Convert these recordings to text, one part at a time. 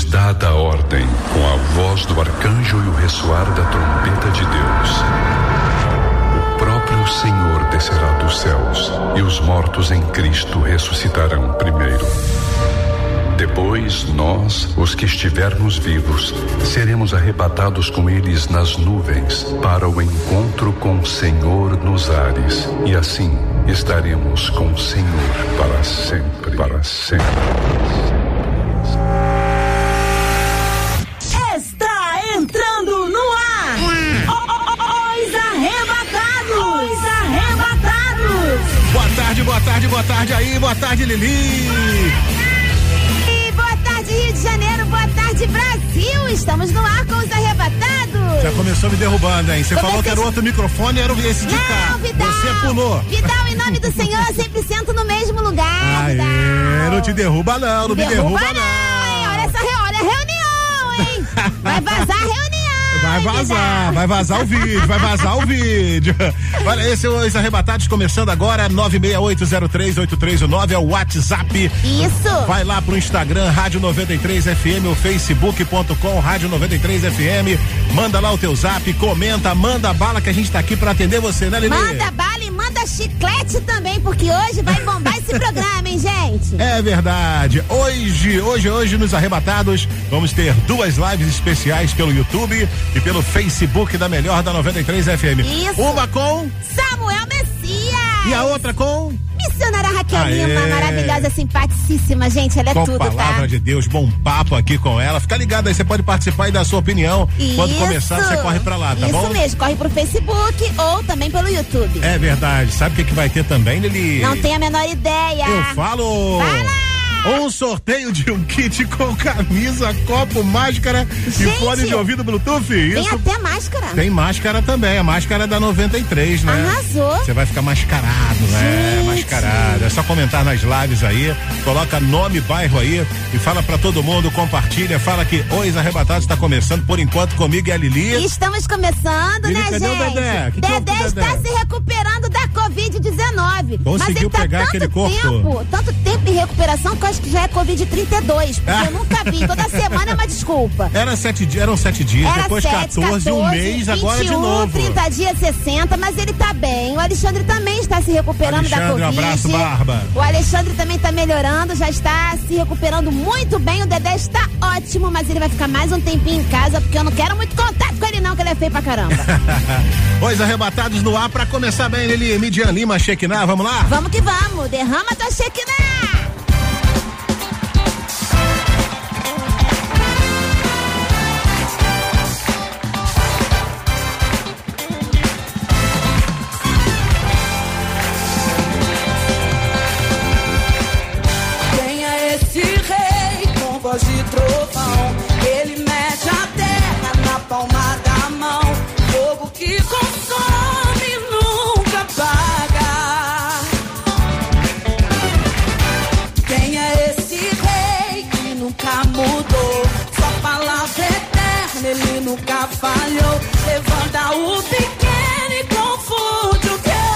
foi-lhes dada a ordem, com a voz do arcanjo e o ressoar da trombeta de Deus. O próprio Senhor descerá dos céus, e os mortos em Cristo ressuscitarão primeiro. Depois, nós, os que estivermos vivos, seremos arrebatados com eles nas nuvens, para o encontro com o Senhor nos ares, e assim estaremos com o Senhor para sempre, para sempre. Está entrando no ar, Os Arrebatados, Os Arrebatados. Boa tarde aí, boa tarde Lili. Rio de Janeiro, boa tarde Brasil, estamos no ar com Os Arrebatados. Já começou me derrubando, hein? Você falou que era outro microfone, era esse de cá. Não, Vidal. Você pulou. Vidal, em nome do Senhor, eu sempre sento no mesmo lugar. Aê, Vidal. não te derruba não, não me derruba não. Hein? Olha a reunião, hein? Vai vazar a reunião. Vai vazar o vídeo. Olha, esse é Os Arrebatados, começando agora, 968038319 é o WhatsApp. Isso. Vai lá pro Instagram, Rádio 93 FM, o facebook.com, Rádio 93 FM, manda lá o teu zap, comenta, manda bala que a gente tá aqui pra atender você, né, Lili? Manda bala e manda chiclete também, porque hoje vai bombar esse programa, hein, gente? É verdade. Hoje nos Arrebatados, vamos ter 2 lives especiais pelo YouTube e pelo Facebook da Melhor da 93 FM. Isso. Uma com Samuel Messias. E a outra com Missionária Raquel Lima, maravilhosa, simpaticíssima, gente, ela é com tudo, tá? Palavra de Deus, bom papo aqui com ela. Fica ligado aí, você pode participar e dar a sua opinião. Isso. Quando começar, você corre pra lá, tá bom? Isso mesmo, corre pro Facebook ou também pelo YouTube. É verdade. Sabe o que vai ter também, Lili? Não tenho a menor ideia. Eu falo. Fala! Um sorteio de um kit com camisa, copo, máscara e fone de ouvido Bluetooth. Tem Isso. até máscara. Tem máscara também, a máscara da 93, né? Arrasou. Você vai ficar mascarado, né? Gente. Mascarado. É só comentar nas lives aí, coloca nome, bairro aí e fala pra todo mundo, compartilha, fala que Os Arrebatados está começando por enquanto comigo e a Lili. Estamos começando, Lili, né, cadê gente? o Dedé? Que Dedé houve, está Dedé? se recuperando da Covid-19. Mas Conseguiu ele tá pegar aquele corpo? tanto tempo em recuperação que eu acho que já é Covid-32, porque eu nunca vi. Toda semana é uma desculpa. Eram 7 dias, Era depois 7, 14, um mês, 21, agora de novo. 30 dias, 60, mas ele tá bem. O Alexandre também está se recuperando da Covid. Um abraço, Barba. O Alexandre também tá melhorando, já está se recuperando muito bem. O Dedé está ótimo, mas ele vai ficar mais um tempinho em casa, porque eu não quero muito contato com ele não, que ele é feio pra caramba. Os Arrebatados no ar pra começar bem, Lili. Midian Lima, Shekinah, vamos lá? Vamos que vamos, derrama tua Shekinah! De trovão, ele mete a terra na palma da mão, fogo que consome nunca apaga. Quem é esse rei que nunca mudou? Sua palavra eterna, ele nunca falhou. Levanta o pequeno e confunde o grande.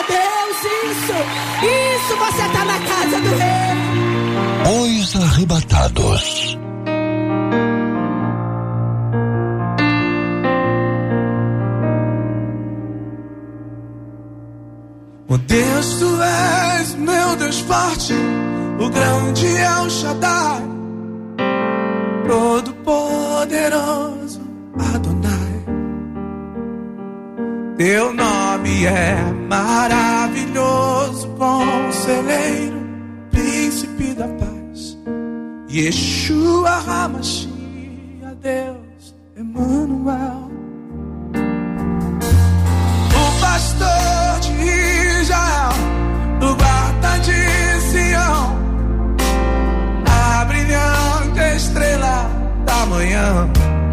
a Deus. Isso, você tá na casa do Rei. Os Arrebatados. Oh Deus, tu és meu Deus forte, o grande El Shaddai, todo poderoso Adonai. Teu nome é maravilhoso, conselheiro, príncipe da paz, Yeshua HaMashiach, Deus Emmanuel. O pastor de Israel, o guarda de Sião, a brilhante estrela da manhã.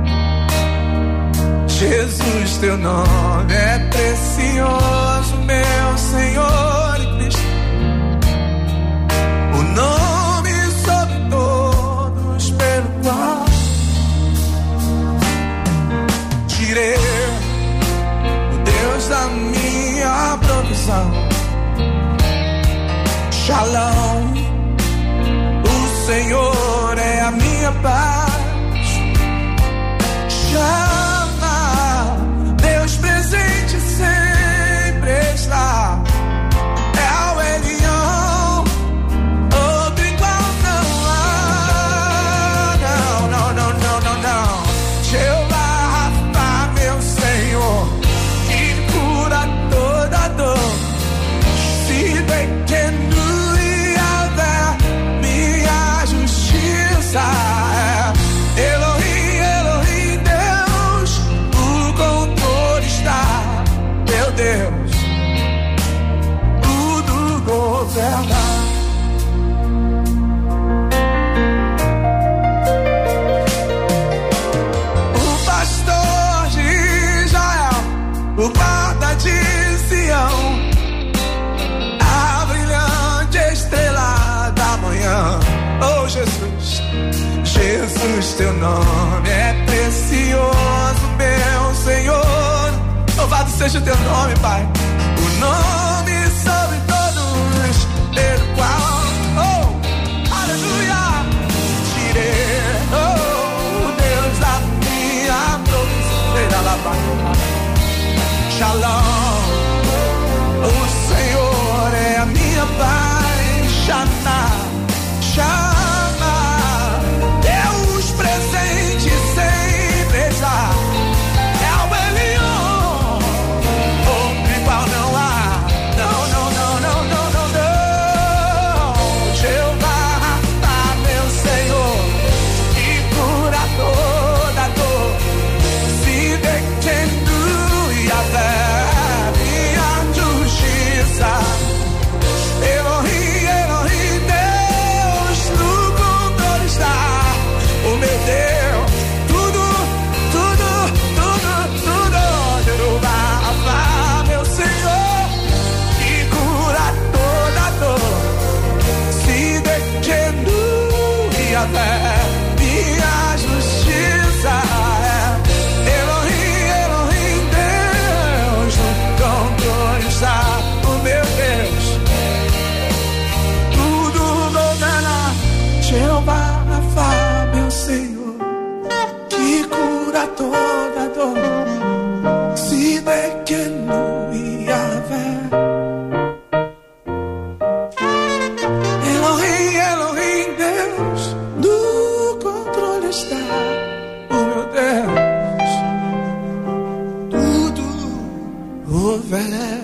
Jesus, teu nome é precioso, meu Senhor e Cristo, o nome sobre todos pelo qual tirei o Deus da minha provisão. Shalom, o Senhor é a minha paz. Chama, Deus presente sempre está. É o Elião, outro igual não há. Não, não, não, não, não, não. Jeová Rafa, meu Senhor, que cura toda dor. Se pequeno e Yahvé, minha justiça. Elohim, Elohim, Deus, o controle está. Meu Deus, tudo governa. O pastor de Israel, o guarda de Sião, a brilhante estrela da manhã. Oh Jesus, Jesus, teu nome é precioso, meu Senhor. Louvado seja o teu nome, Pai. O nome sobre todos, pelo qual, oh, aleluia, tirei, oh, Deus da minha provisão. Shalom, o Senhor é a minha paz. Shana, chama, Deus presente sempre está. É o Elion, outro igual não há. Não, não, não, não, não, não, não. Jeová Rafa, meu Senhor, que cura toda dor. Se pequeno e Yahvé, minha justiça. Elohim, Elohim, Deus, no controle está. O meu Deus, tudo, tudo, tudo, tudo. Jeová Rafa, meu Senhor, que cura toda dor. Se pequeno e Yahvé, minha justiça. Elohim, Elohim, Deus, no controle está. O meu Deus, tudo governa. Jeová Rafa, meu Senhor, que cura toda dor. Se pequeno e Yahvé. Elohim, Elohim, Deus, no controle está. O meu Deus, tudo governa.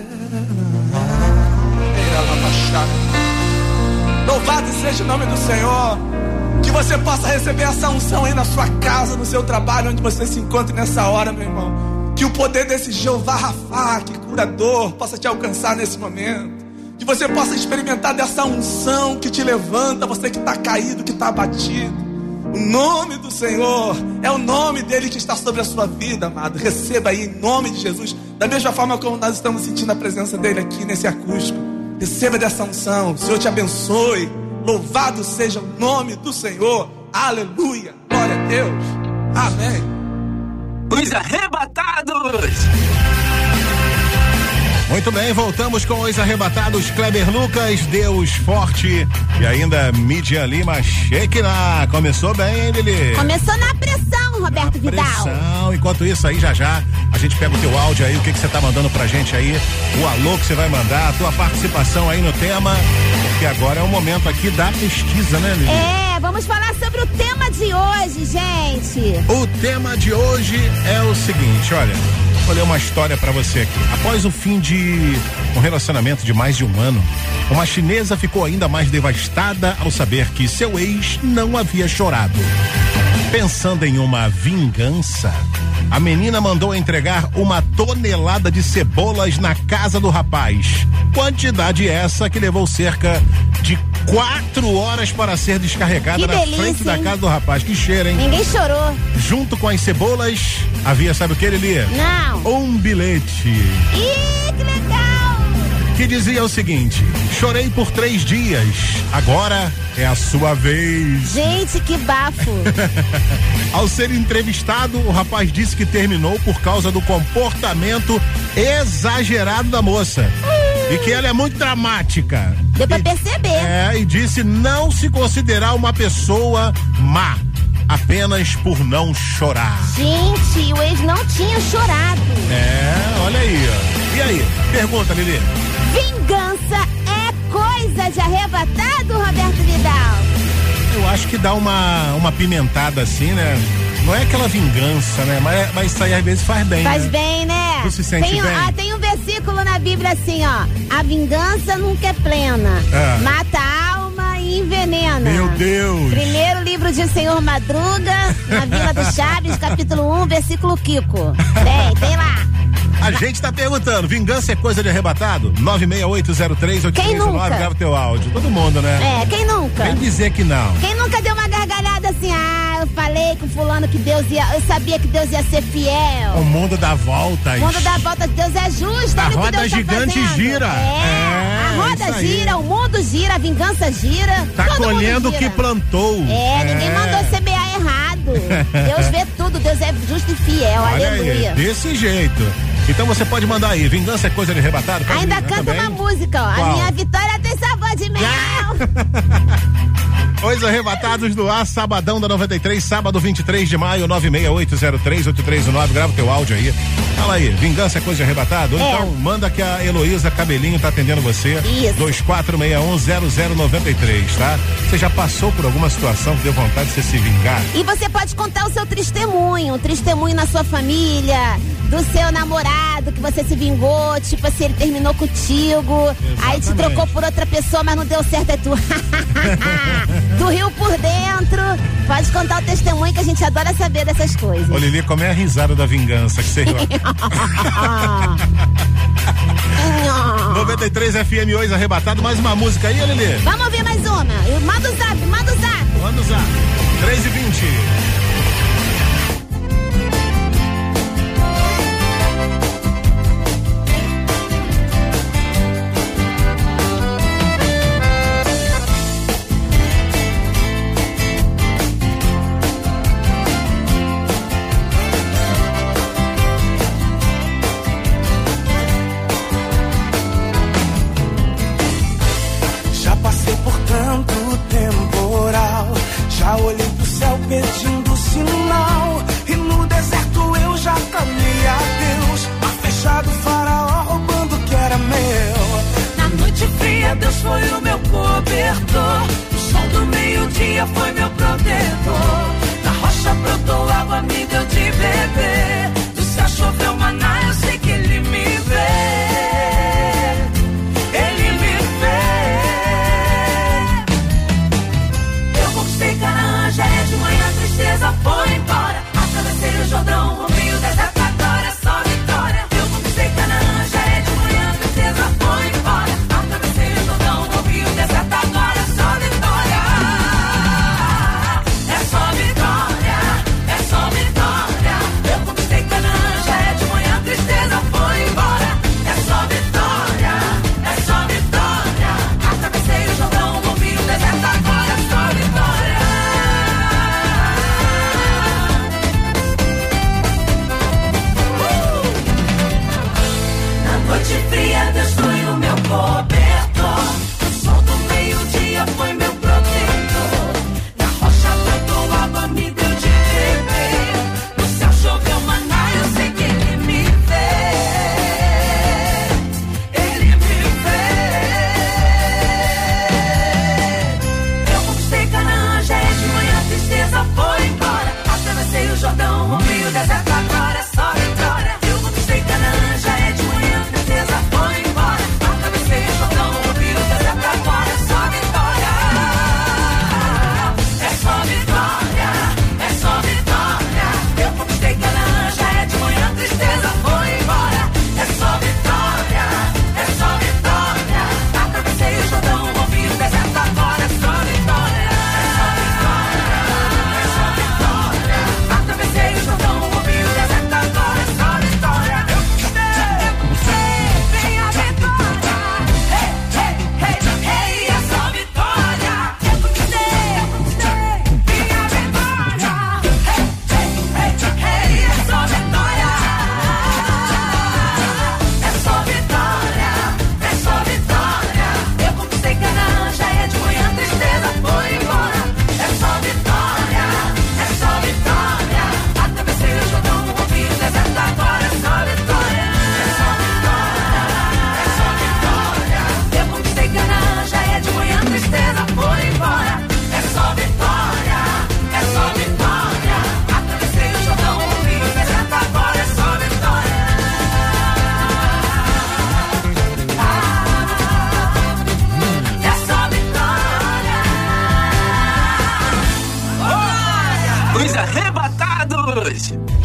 Louvado seja o nome do Senhor. Que você possa receber essa unção aí na sua casa, no seu trabalho, onde você se encontre nessa hora, meu irmão. Que o poder desse Jeová Rafa, que cura dor, possa te alcançar nesse momento. Que você possa experimentar dessa unção que te levanta, você que está caído, que está abatido. O nome do Senhor é o nome dele que está sobre a sua vida, amado. Receba aí em nome de Jesus. Da mesma forma como nós estamos sentindo a presença dele aqui nesse acústico. Receba dessa unção. O Senhor te abençoe. Louvado seja o nome do Senhor. Aleluia. Glória a Deus. Amém. Os Arrebatados. Muito bem, voltamos com os arrebatados Kleber Lucas, Deus Forte e ainda Midian Lima, Shekinah. Começou bem, hein, Lili? Começou na pressão, Roberto Vidal. Pressão. Enquanto isso aí, já a gente pega o teu áudio aí, o que você tá mandando pra gente aí, o alô que você vai mandar, a tua participação aí no tema, porque agora é o momento aqui da pesquisa, né, Lili? Vamos falar sobre o tema de hoje, gente. O tema de hoje é o seguinte, olha, vou ler uma história pra você aqui. Após o fim de um relacionamento de mais de um ano, uma chinesa ficou ainda mais devastada ao saber que seu ex não havia chorado. Pensando em uma vingança, a menina mandou entregar 1 tonelada de cebolas na casa do rapaz. Quantidade essa que levou cerca de 4 horas para ser descarregada na frente da casa do rapaz. Que cheiro, hein? Ninguém chorou. Junto com as cebolas, havia, sabe o que, Lili? Não. Um bilhete. Ih, que legal! Que dizia o seguinte: chorei por 3 dias, agora é a sua vez. Gente, que bafo. Ao ser entrevistado, o rapaz disse que terminou por causa do comportamento exagerado da moça. E que ela é muito dramática. Deu pra perceber. E disse não se considerar uma pessoa má, apenas por não chorar. Gente, o ex não tinha chorado. Olha aí, ó. E aí? Pergunta, Lili. Vingança é coisa de arrebatado, Roberto Vidal? Eu acho que dá uma pimentada assim, né? Não é aquela vingança, né? Mas isso aí às vezes faz bem. Faz né? bem, né? Tu se sente bem? Tem um versículo na Bíblia assim, ó. A vingança nunca é plena. Mata a alma e envenena. Meu Deus! Primeiro livro de Senhor Madruga, na Vila do Chaves, capítulo 1, versículo Kiko. Tem lá. A gente tá perguntando, vingança é coisa de arrebatado? 968038319, grava teu áudio. Todo mundo, né? Quem nunca? Vem dizer que não. Quem nunca deu uma gargalhada assim, eu falei com fulano que eu sabia que Deus ia ser fiel. O mundo dá voltas. O mundo dá voltas, Deus é justo. A roda gigante gira. A roda gira, o mundo gira, a vingança gira. Tá colhendo o que plantou. Ninguém mandou semear errado. Deus vê tudo, Deus é justo e fiel. Olha aleluia. Aí, desse jeito. Então você pode mandar aí, vingança é coisa de arrebatado? Ainda canta uma música, ó. Qual? A minha vitória tem sabor de mel. Os arrebatados do ar, sabadão da 93, sábado 23 de maio, 968038319, grava o teu áudio aí. Fala aí, vingança é coisa de arrebatado? Então manda que a Heloísa Cabelinho tá atendendo você. Isso. 24610093, tá? Você já passou por alguma situação que deu vontade de você se vingar? E você pode contar o seu testemunho, um testemunho na sua família, do seu namorado que você se vingou, tipo assim, ele terminou contigo, aí te trocou por outra pessoa, mas não deu certo, é tu. Do Rio por dentro. Pode contar o testemunho que a gente adora saber dessas coisas. Ô Lili, como é a risada da vingança que você 93 FM hoje arrebatado, mais uma música aí, Lili? Vamos ouvir mais uma. Manda o zap. Manda o zap. 3h20. Já olhei pro céu pedindo sinal, e no deserto eu já clamei a Deus, mar fechado, faraó roubando o que era meu. Na noite fria Deus foi o meu cobertor, o sol do meio-dia foi meu protetor, na rocha brotou água, me deu de beber, do céu choveu maná, eu sei que ele me vê. Já é de manhã, tristeza foi embora. Atravessei o Jordão, rompi o deserto, agora é só vitória. Eu conquistei Canaã, já é de manhã, tristeza foi embora. Atravessei o Jordão, rompi o deserto, agora é só vitória. É só vitória, é só vitória. Eu conquistei Canaã, já é de manhã.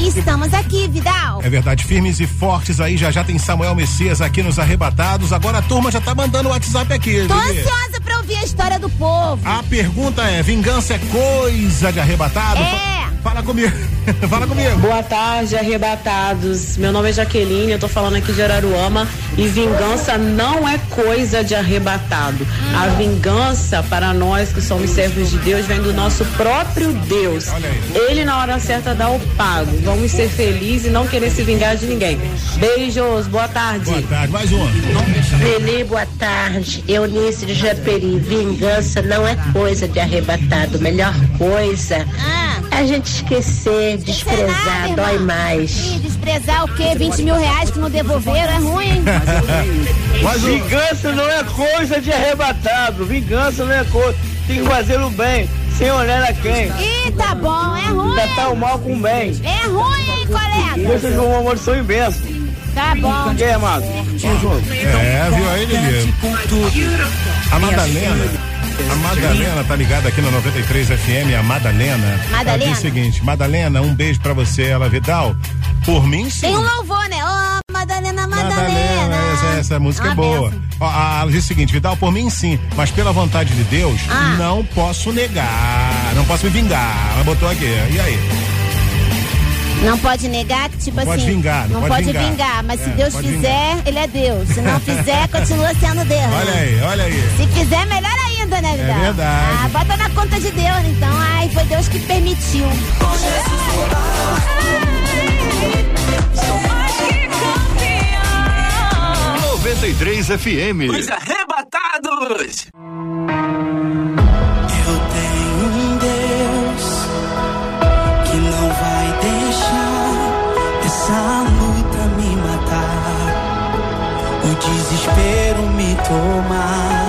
estamos aqui, Vidal. É verdade, firmes e fortes aí, já tem Samuel Messias aqui nos Arrebatados. Agora a turma já tá mandando o WhatsApp aqui. Tô ansiosa pra ouvir a história do povo. A pergunta é: vingança é coisa de arrebatado? Fala comigo. Fala comigo. Boa tarde, arrebatados. Meu nome é Jaqueline, eu tô falando aqui de Araruama e vingança não é coisa de arrebatado. A vingança para nós que somos servos de Deus vem do nosso próprio Deus. Ele na hora certa dá o pago. Vamos ser felizes e não querer se vingar de ninguém. Beijos, boa tarde. Boa tarde, mais uma. Lili, boa tarde. Eunice de Japeri. Vingança não é coisa de arrebatado. Melhor coisa é a gente esquecer, desprezar, dói mais. Ih, desprezar o quê? 20 mil reais que não devolveram, é ruim, hein? Mas vingança não é coisa de arrebatado. Vingança não é coisa. Tem que fazer o bem, sem olhar a quem. Ih, tá bom, é ruim. Tratar o mal com o bem. É ruim, hein, colega? Deixa com uma maldição e benção. Tá bom. Quem é, amado? Vamos junto. Viu aí, Lili? A Madalena tá ligada aqui na 93 FM, a Madalena. Ela diz o seguinte: Madalena, um beijo pra você. Ela, Vidal, por mim sim. Tem um louvor, né? Ô, Madalena. Essa música é boa. Ela diz o seguinte: Vidal, por mim sim, mas pela vontade de Deus, não posso negar, não posso me vingar. Ela botou aqui, e aí? Não pode negar, que tipo não assim. Pode vingar, não pode vingar, mas se Deus fizer, ele é Deus. Se não fizer, continua sendo Deus. Olha aí. Se fizer, melhor ainda, né, Vidal? É verdade. Bota na conta de Deus, então. Ai, foi Deus que permitiu. 93 FM. Os Arrebatados. Desespero me tomar.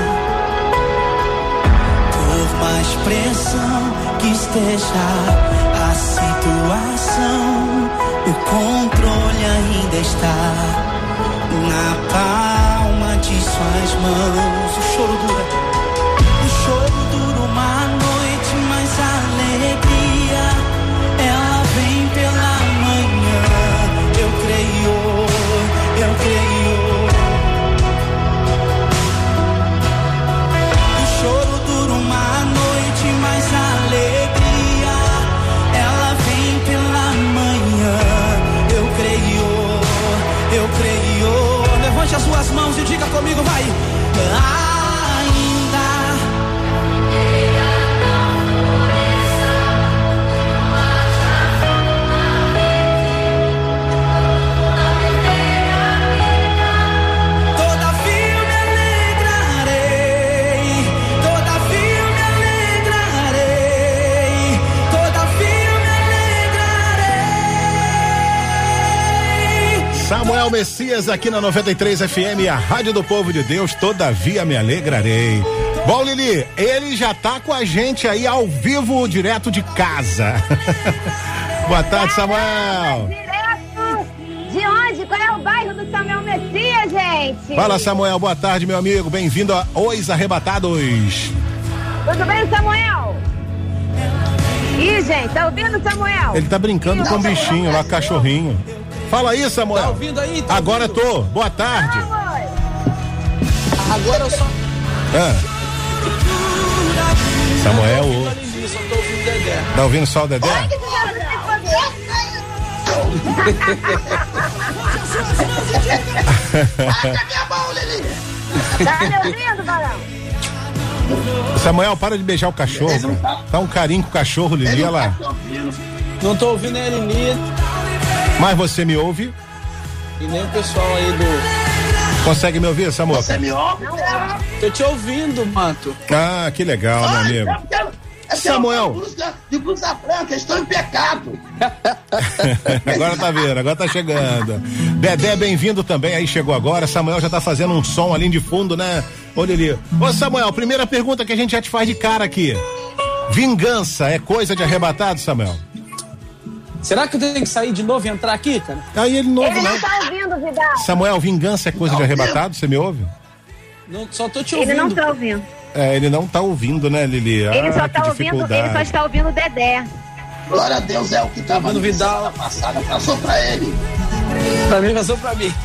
Por mais pressão que esteja a situação, o controle ainda está na palma de suas mãos. O choro dura uma noite, mas a alegria ela vem pela manhã. Eu creio. Levante as suas mãos e diga comigo, vai. Samuel Messias aqui na 93 FM, a Rádio do Povo de Deus, todavia me alegrarei. Bom, Lili, ele já tá com a gente aí ao vivo, direto de casa. Boa tarde, Samuel. Direto de onde? Qual é o bairro do Samuel Messias, gente? Fala, Samuel, boa tarde, meu amigo, bem-vindo a Os Arrebatados. Tudo bem, Samuel? Ih, gente, tá ouvindo, Samuel? Ele tá brincando com o bichinho lá, cachorrinho. Fala aí, Samuel. Tá ouvindo aí? Agora tô. Boa tarde. Agora eu só. Samuel. Só tô ouvindo Dedé. Tá ouvindo só o Dedé? Tá me ouvindo, Barão? Samuel, para de beijar o cachorro. Dá um carinho com o cachorro, Lili, olha lá. Não tô ouvindo ele, Lili. Mas você me ouve? E nem o pessoal aí do... Consegue me ouvir, Samuel? Você me ouve? Tô te ouvindo, Mato. Ah, que legal, meu amigo. Samuel. De blusa branca, estou em pecado. Agora tá vendo, agora tá chegando. Dedé, bem-vindo também, aí chegou agora. Samuel já tá fazendo um som ali de fundo, né? Olha ali. Ô, Samuel, primeira pergunta que a gente já te faz de cara aqui. Vingança é coisa de arrebatado, Samuel? Será que eu tenho que sair de novo e entrar aqui, cara? Aí ele não ouve, Ele não. não tá ouvindo, Vidal. Samuel, vingança é coisa de arrebatado? Você me ouve? Não, só tô te ouvindo. Ele não tá ouvindo. É, ele não tá ouvindo, né, Lili? Ele só tá ouvindo, ele só está ouvindo o Dedé. Glória a Deus, é o que estava no semana passada, passou pra ele. Pra mim, passou pra mim.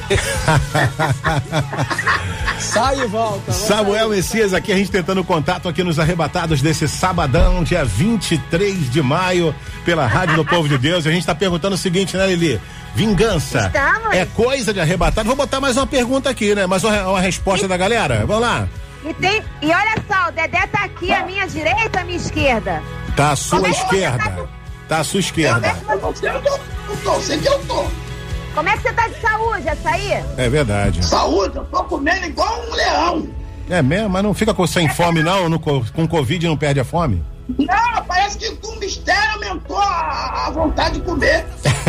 Sai e volta. Samuel Messias aqui, a gente tentando contato aqui nos Arrebatados desse sabadão, dia 23 de maio, pela Rádio do Povo de Deus. A gente tá perguntando o seguinte, né, Lili? Vingança é coisa de arrebatado? Vou botar mais uma pergunta aqui, né? Mais uma resposta da galera. Vamos lá. E olha só, o Dedé tá aqui à minha direita ou à minha esquerda? Tá à sua esquerda. Tá à sua esquerda. Eu sei que eu tô. Como é que você tá de saúde, Açaí? É verdade. Saúde, eu tô comendo igual um leão. É mesmo? Mas não fica sem fome, não? Com Covid não perde a fome? Não, parece que com o mistério aumentou a vontade de comer.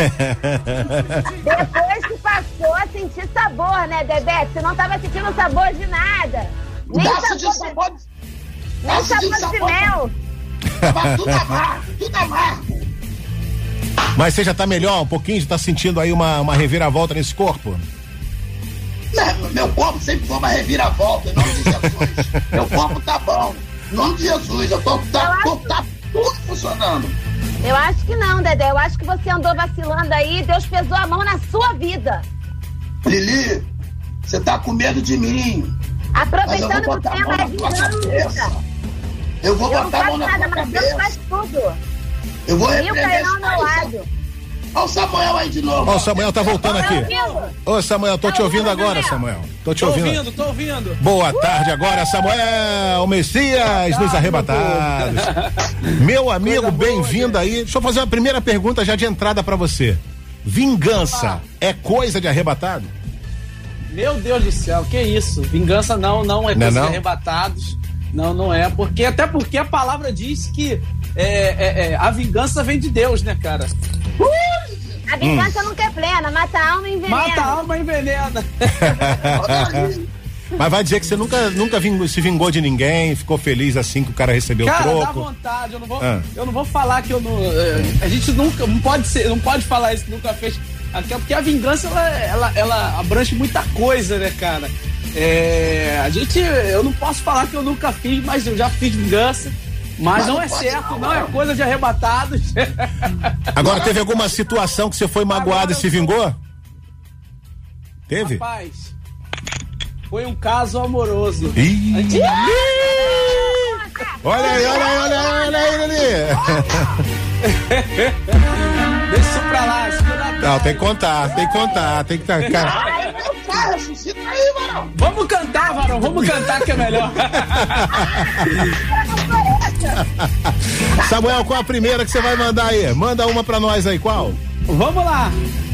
Depois que passou a sentir sabor, né, Dedé? Você não tava sentindo sabor de nada. Nem sabor de mel. Mas tudo amargo. Mas você já tá melhor um pouquinho? Já tá sentindo aí uma reviravolta nesse corpo? Não, meu corpo sempre foi uma reviravolta, em nome de Jesus. Meu corpo tá bom. Em nome de Jesus, o corpo tá tudo funcionando. Eu acho que não, Dedé. Eu acho que você andou vacilando aí e Deus pesou a mão na sua vida. Lili, você tá com medo de mim. Aproveitando que o tema é vingança. Eu vou botar a mão na sua cabeça. Deus faz tudo. Eu vou repreender ao meu lado. Olha o Samuel aí de novo. Ó, o Samuel tá voltando aqui. Ô, Samuel, tô te ouvindo agora, Samuel. Tô te ouvindo. Tô ouvindo. Boa tarde agora, Samuel Messias nos Arrebatados. Meu amigo, bem-vindo aí. Deixa eu fazer uma primeira pergunta já de entrada pra você. Vingança é coisa de arrebatado? Meu Deus do céu, que isso? Vingança não é coisa de arrebatados. Não é. Até porque a palavra diz que a vingança vem de Deus, né, cara? A vingança nunca é plena, mata a alma e envenena. Mata a alma e envenena. Mas vai dizer que você nunca se vingou de ninguém, ficou feliz assim que o cara recebeu o troco? Cara, dá vontade, eu não vou falar que eu não... A gente nunca, não pode falar isso, nunca fez. Até porque a vingança, ela abrange muita coisa, né, cara? Eu não posso falar que eu nunca fiz, mas eu já fiz vingança. Mas não é certo, não é coisa de arrebatados. Agora, teve alguma situação que você foi magoado e se vingou? Teve? Rapaz, foi um caso amoroso. Olha aí, Lili. Deixa isso pra lá, não, tem que contar. Cara, ressuscita aí, Varão. Vamos cantar, Varão, vamos cantar que é melhor. Samuel, qual a primeira que você vai mandar aí? Manda uma pra nós aí, qual? Vamos lá.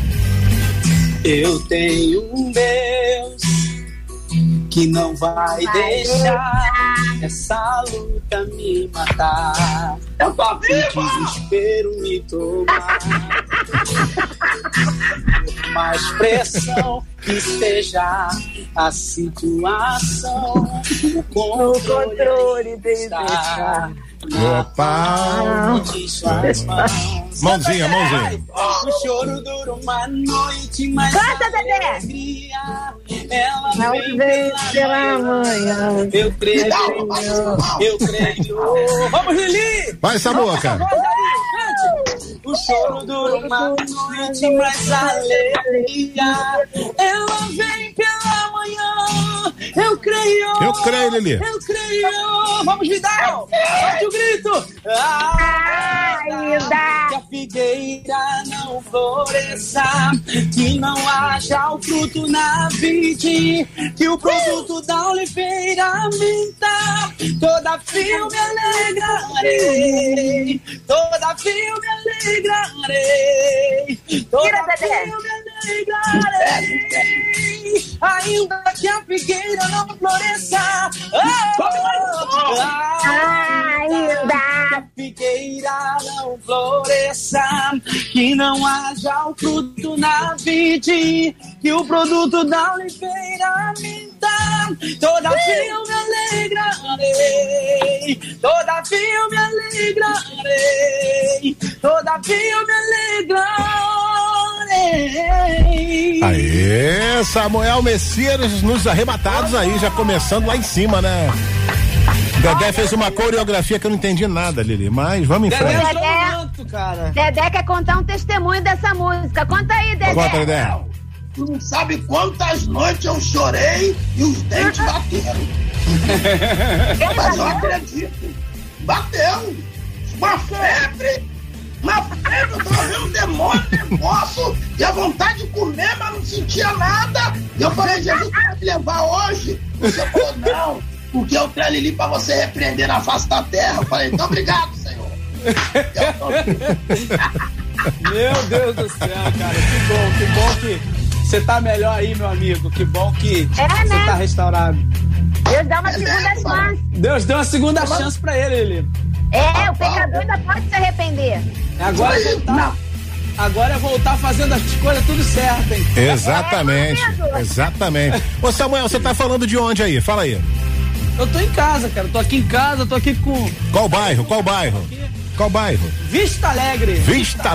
Eu tenho um Deus que não vai deixar essa luta me matar. Eu tô viva! O desespero me tomar. Por mais pressão que seja a situação, o controle está no palmo de suas mãos. Mãozinha. O choro dura uma noite, mas a alegria ela vem pela manhã. Eu creio. Vamos, Lili! Vai essa boca. O choro dura uma noite, mas a alegria ela vem pela manhã. Eu creio, Lili. Eu creio. Vamos, Vidal! Forte o grito! Ainda que a figueira não floresça, que não haja o fruto na vide, que o produto da oliveira minta, todavia me alegrarei, todavia me alegrarei, todavia me alegrarei, ainda que a figueira não floresça, ainda que a figueira não floresça, que não haja o fruto na vide, que o produto da oliveira minta, todavia eu me alegrarei, todavia eu me alegrarei, todavia eu me alegrarei. Aê, Samuel Messias nos Arrebatados aí, já começando lá em cima, né? Dedé fez uma coreografia que eu não entendi nada, Lili, mas vamos em frente. cara. Dedé quer contar um testemunho dessa música. Conta aí, Dedé. Conta, Dedé. Tu não sabe quantas noites eu chorei e os dentes bateram. Mas eu acredito. Bateu. Uma febre, eu tava vendo um demônio nervoso e a vontade de comer, mas não sentia nada. E eu falei, Jesus, vai me levar hoje? Você falou, não, porque eu tenho ali pra você repreender na face da terra. Eu falei, então obrigado, Senhor. Meu Deus do céu, cara, que bom que você tá melhor aí, meu amigo. Que bom que você tá restaurado. Deus dá uma segunda chance. Deus deu uma segunda chance pra ele. O pecador ainda pode se arrepender. Agora é voltar fazendo as coisas tudo certo, hein? Exatamente. Ô Samuel, você tá falando de onde aí? Fala aí. Eu tô em casa, cara. Tô aqui em casa, tô aqui com... Qual bairro? Vista Alegre.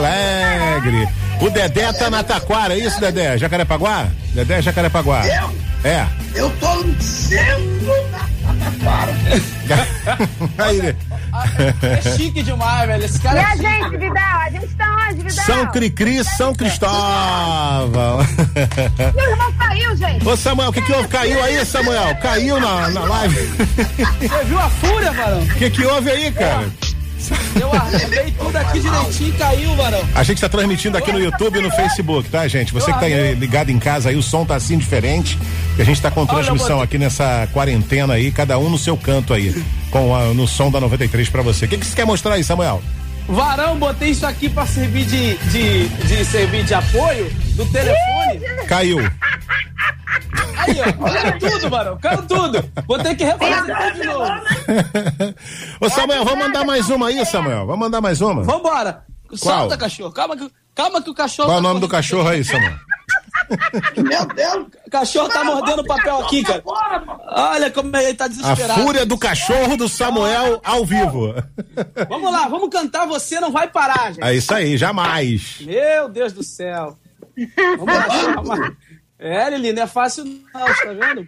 O Dedé tá na Taquara, é isso, Dedé? Jacarepaguá? Dedé Jacarepaguá. Eu tô no centro da Taquara. Aí, é chique demais, velho. Esse cara e a gente, Vidal? A gente tá onde, Vidal? São Cricri, São Cristóvão. Meu irmão caiu, gente. Ô, Samuel, o que houve? Caiu aí, Samuel? Caiu na live. Você viu a fúria, varão? O que houve aí, cara? Eu arrumei tudo aqui direitinho e caiu, varão. A gente tá transmitindo aqui no YouTube e no Facebook, tá, gente? Você que tá ligado em casa aí, o som tá assim diferente. E a gente tá com transmissão aqui nessa quarentena aí, cada um no seu canto aí, no som da 93 pra você. O que você quer mostrar aí, Samuel? Varão, botei isso aqui pra servir servir de apoio do telefone. Caiu. Aí, ó, caiu tudo, varão, caiu tudo. Vou ter que refazer tudo de novo. Ô, Samuel, vamos mandar mais uma aí, Samuel? Vamos mandar mais uma? Vambora. Solta, cachorro. Calma que o cachorro... Qual é o nome do cachorro aí, Samuel? Meu Deus! O cachorro tá mordendo o papel aqui, cara. Olha como ele tá desesperado. A fúria do cachorro do Samuel ao vivo. Vamos lá, vamos cantar Você Não Vai Parar, gente. É isso aí, jamais. Meu Deus do céu. Vamos lá, calma. Lili, não é fácil não, tá vendo?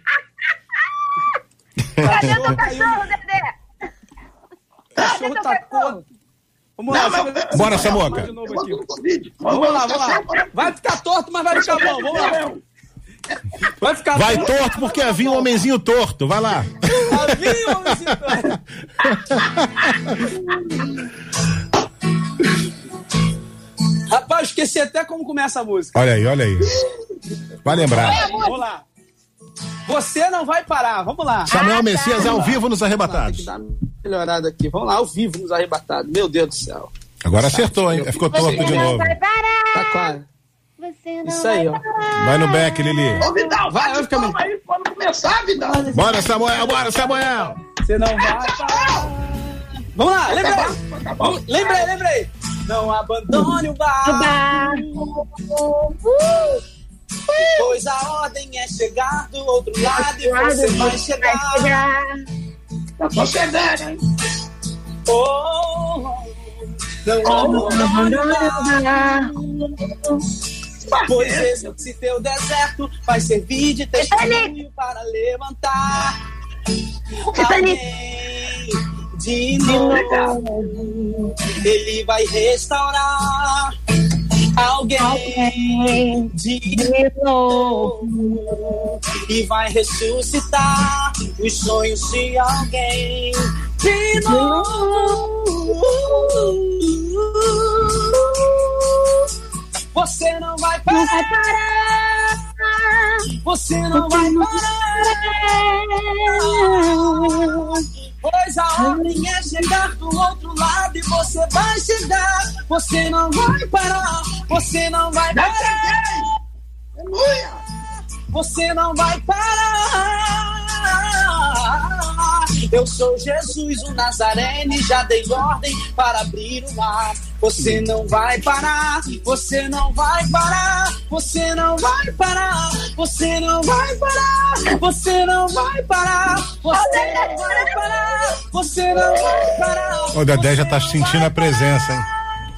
Cadê o cachorro, Dedé? O cachorro tá corno. Vamos lá, bora, Samuca. Vamos lá. Vai ficar torto, mas vai ficar bom. Vamos lá. Vai torto porque havia um homenzinho torto. Vai lá. Havia um homenzinho torto. Rapaz, esqueci até como começa a música. Olha aí. Vai lembrar. Vamos lá. Você não vai parar. Vamos lá. Samuel Messias ao vivo nos Arrebatados. Tem que dar uma melhorada aqui. Vamos lá, ao vivo nos Arrebatados. Meu Deus do céu. Agora acertou, hein? Ficou torto de novo. Vai parar. Tá claro. Você não isso aí, ó. Vai no back, Lili. Ô, Vidal, vai ficar aí quando começar, Vidal. Bora, Samuel. Você não vai parar. Vamos lá, lembrei. Não abandone o barco. Pois a ordem é chegar do outro lado e você vai chegar. Tá só chegando, hein? Não abandone o barco. Pois esse teu deserto vai servir de testemunho para levantar alguém de novo. Ele vai restaurar alguém de novo e vai ressuscitar os sonhos de alguém de novo. Você não vai parar. Você não vai parar. Pois a ordem é chegar do outro lado e você vai chegar. Você não vai parar. Você não vai parar. Você não vai parar. Eu sou Jesus, o Nazareno, e já dei ordem para abrir o mar. Você não vai parar. Você não vai parar. Você não vai parar. Você não vai parar. Você não vai parar. Você não vai parar. Você não vai parar. O Dedé já tá sentindo a presença, hein?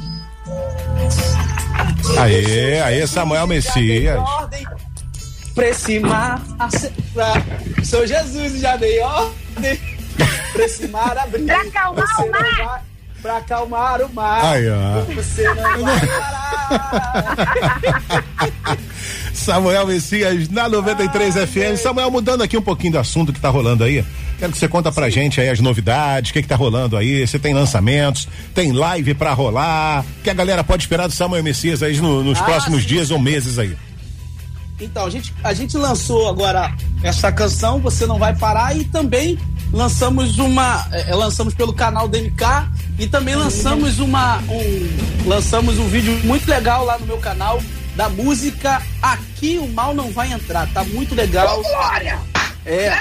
Aê, Samuel Messias. Pra esse mar, sou Jesus, já dei ordem. Pra esse mar abrir. Pra acalmar o mar. pra acalmar o mar. Aí, ó. Você não vai parar. Samuel Messias na 93 FM. Samuel, mudando aqui um pouquinho do assunto que tá rolando aí, quero que você conta pra gente aí as novidades, o que tá rolando aí, você tem lançamentos, tem live pra rolar, que a galera pode esperar do Samuel Messias aí nos próximos dias ou meses aí. Então, a gente lançou agora essa canção, Você Não Vai Parar, e também lançamos pelo canal DMK, e também lançamos um vídeo muito legal lá no meu canal, da música Aqui o Mal Não Vai Entrar. Tá muito legal. Glória! É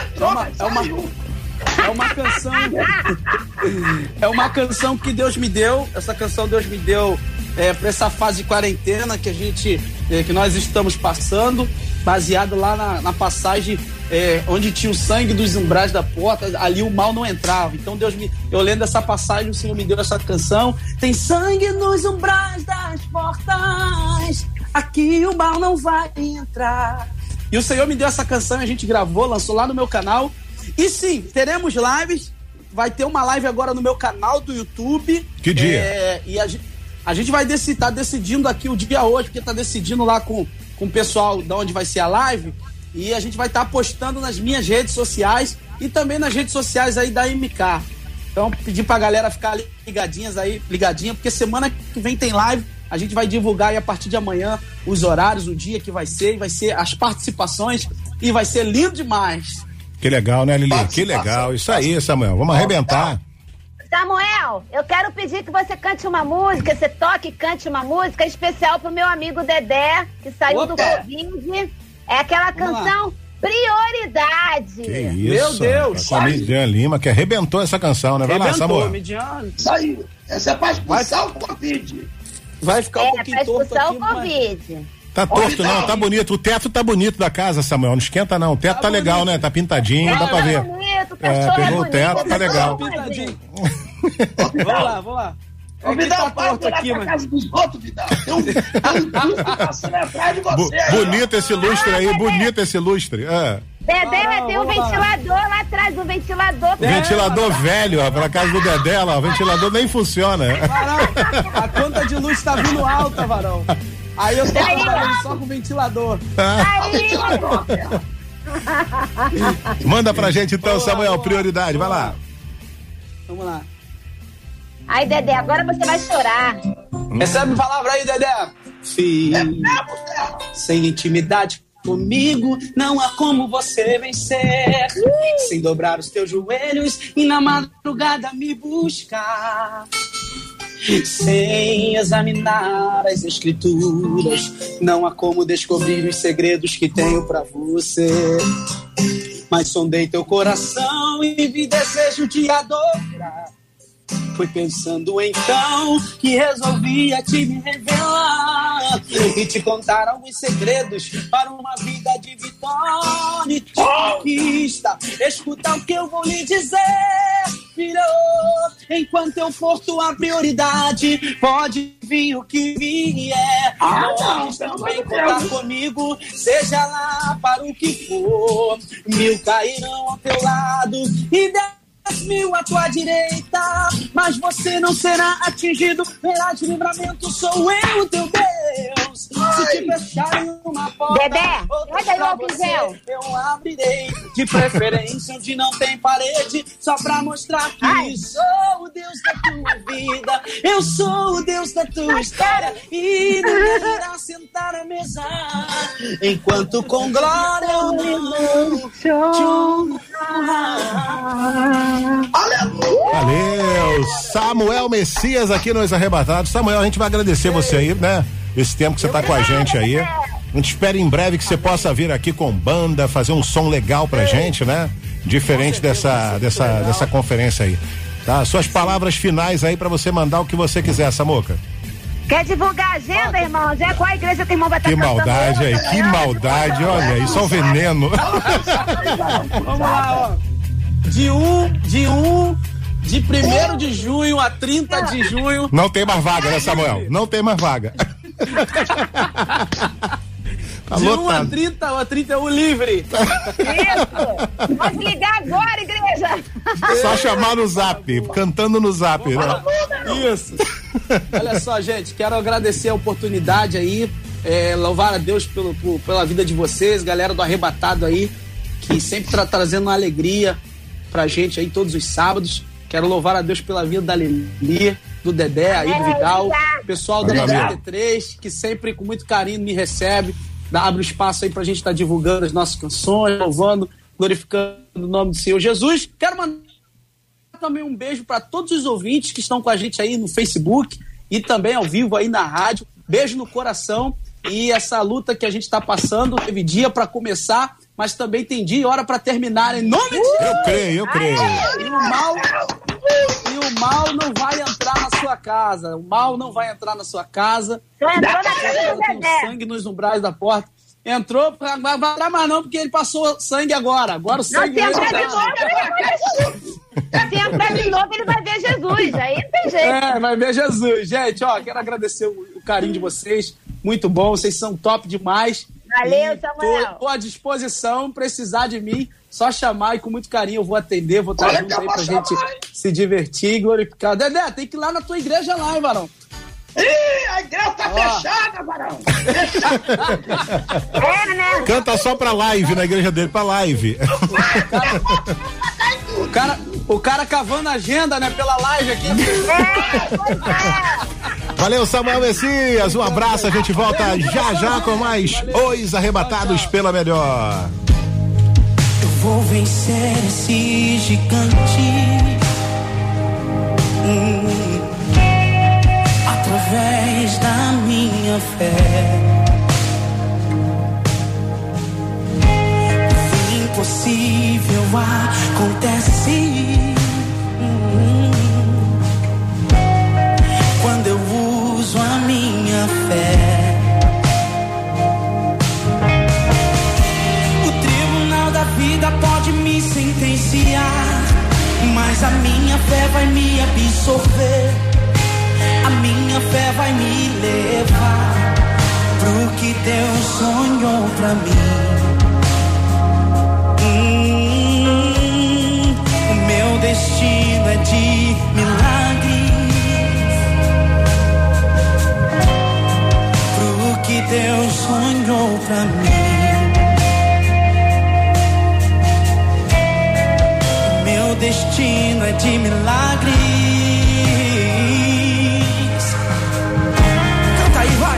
uma canção que Deus me deu. Essa canção Deus me deu para essa fase de quarentena que nós estamos passando, baseado lá na passagem onde tinha o sangue dos umbrais da porta, ali o mal não entrava. Então eu lendo essa passagem, o Senhor me deu essa canção. Tem sangue nos umbrais das portas, aqui o mal não vai entrar. E o Senhor me deu essa canção, a gente gravou, lançou lá no meu canal. E sim, teremos lives. Vai ter uma live agora no meu canal do YouTube. Que dia? E a gente vai tá decidindo aqui o dia hoje, porque tá decidindo lá com o pessoal de onde vai ser a live. E a gente vai estar postando nas minhas redes sociais e também nas redes sociais aí da MK. Então, pedir pra galera ficar ligadinha, porque semana que vem tem live. A gente vai divulgar aí a partir de amanhã os horários, o dia que vai ser as participações, e vai ser lindo demais. Que legal, né, Lili? Que legal. Isso aí, Samuel. Vamos arrebentar. Samuel, eu quero pedir que você cante uma música, você toque e cante uma música especial pro meu amigo Dedé, que saiu do Covid. É aquela canção Prioridade. Que isso? Meu Deus. Com a Midian Lima, que arrebentou essa canção, né? Vai lá, Samuel. Isso aí. Essa é pra expulsar o Covid. Vai ficar um pouquinho torto aqui. É pra expulsar o Covid. Tá torto não, tá bonito. O teto tá bonito da casa, Samuel. Não esquenta não. O teto tá legal, né? Tá pintadinho, dá pra ver. Bonito, pegou o teto, tá legal. Vamos lá. Vidal, para de olhar pra casa dos outros, Vidal. Tem um lustre passando atrás de você. Bonito esse lustre aí, bonito esse lustre. Dedé, tem um ventilador lá atrás, um ventilador. Ventilador velho, ó, pra casa do Dedé, ó, o ventilador nem funciona. Varão, a conta de luz tá vindo alta, Varão. Aí eu tô trabalhando só com ventilador. Manda pra gente então, Samuel, prioridade, vai lá. Vamos lá. Ai, Dedé, agora você vai chorar. Recebe palavra aí, Dedé. Filho, sem intimidade comigo, não há como você vencer. Sem dobrar os teus joelhos e na madrugada me buscar. Sem examinar as escrituras, não há como descobrir os segredos que tenho pra você. Mas sondei teu coração e vi desejo de adorar. Foi pensando então que resolvia te me revelar e te contar alguns segredos para uma vida de vitória e de conquista. Escuta o que eu vou lhe dizer, filho. Enquanto eu for tua prioridade, pode vir o que vier. Podes também contar comigo, seja lá para o que for. 1000 cairão ao teu lado e 10.000 à tua direita, mas você não será atingido. Verás livramento, sou eu, teu Deus. Se te fechar em uma porta, Dedé, outra pra você eu abrirei. De preferência onde não tem parede, só pra mostrar que sou o Deus da tua vida. Eu sou o Deus da tua história e ninguém irá sentar à mesa enquanto com glória eu não te honrar. Valeu, Samuel Messias aqui nos Arrebatados. Samuel, a gente vai agradecer você aí, né? Esse tempo que você tá com a gente aí. A gente espera em breve que você possa vir aqui com banda, fazer um som legal pra gente, né? Diferente dessa conferência aí. Tá? Suas palavras finais aí pra você mandar o que você quiser, Samuca. Quer divulgar a agenda, irmão? Já qual a igreja que o irmão vai estar cantando? Que maldade aí, que maldade, olha aí, só um veneno. Vamos lá, ó. De 1 de junho a 30 de junho. Não tem mais vaga, né, Samuel? Não tem mais vaga. De 1 a 30 ou a 31 livre. Isso. Pode ligar agora, igreja. Só chamar no zap, cantando no zap. Né? Isso. Olha só, gente, quero agradecer a oportunidade aí, louvar a Deus pela vida de vocês, galera do Arrebatado aí, que sempre tá trazendo uma alegria pra gente aí todos os sábados. Quero louvar a Deus pela vida da Lili, do Dedé, aí do Vidal, pessoal da 93, que sempre com muito carinho me recebe, abre espaço aí pra gente estar divulgando as nossas canções, louvando, glorificando o nome do Senhor Jesus. Quero mandar também um beijo para todos os ouvintes que estão com a gente aí no Facebook e também ao vivo aí na rádio. Beijo no coração. E essa luta que a gente está passando, teve dia para começar, mas também tem dia e hora para terminar, em nome de Deus. Eu creio. E o mal não vai entrar na sua casa. O mal não vai entrar na sua casa. Tem sangue nos umbrais da porta. Entrou, não vai entrar mais não, porque ele passou sangue agora. Agora o sangue vai entrar. Se entrar de novo, ele vai ver Jesus. Aí não tem jeito. Vai ver Jesus. Gente, quero agradecer o carinho de vocês. Muito bom, vocês são top demais. Valeu, Samuel. Tô à disposição, precisar de mim, só chamar e com muito carinho eu vou atender, vou estar junto aí pra gente se divertir e glorificar. Dedé, tem que ir lá na tua igreja lá, hein, varão? Ih, a igreja tá fechada, varão. Né? Canta só pra live, na igreja dele, pra live. O cara cavando a agenda, né, pela live aqui. Valeu, Samuel Messias, um abraço, a gente volta já com mais Os Arrebatados pela Melhor. Eu vou vencer esse gigante através da minha fé. O impossível acontece quando eu uso a minha fé. O tribunal da vida pode me sentenciar, mas a minha fé vai me absorver. A minha fé vai me levar pro que Deus sonhou pra mim. O meu destino é de milagres, pro que Deus sonhou pra mim. O meu destino é de milagres. Canta aí, vai!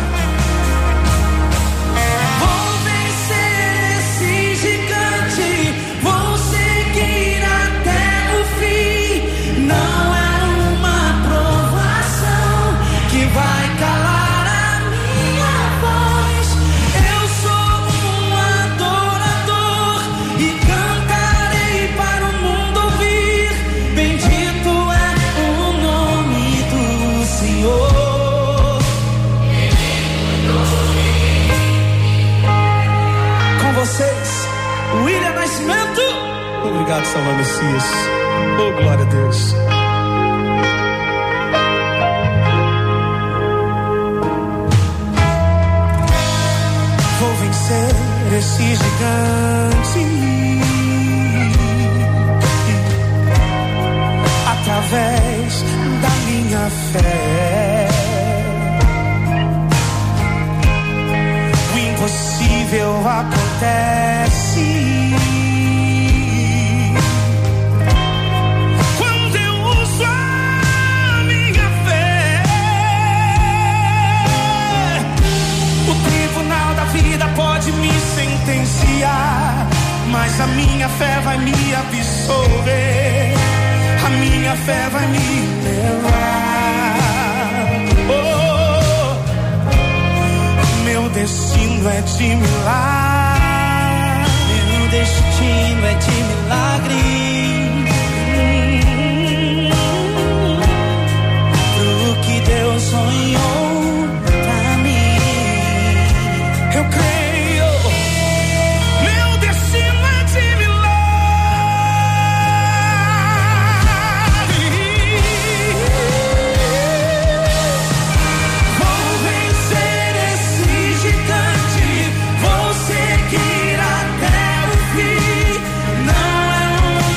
Vou vencer esse gigante, vou seguir até o fim. Não é uma provação que vai calar a minha voz. Eu sou um adorador e cantarei para o mundo ouvir. Bendito é o nome do Senhor. Com vocês, William Nascimento. Obrigado, Samuel Messias. Oh, glória a Deus. Vou vencer esse gigante através da minha fé. O impossível acontece quando eu uso a minha fé. O tribunal da vida pode me sentenciar, mas a minha fé vai me absolver. A minha fé vai me levar. Meu destino é de milagre. Meu destino é de milagre. Pro que Deus sonhou pra mim. Eu creio. Meu destino é de milagre. Vou vencer esse gigante, vou seguir até o fim. Não é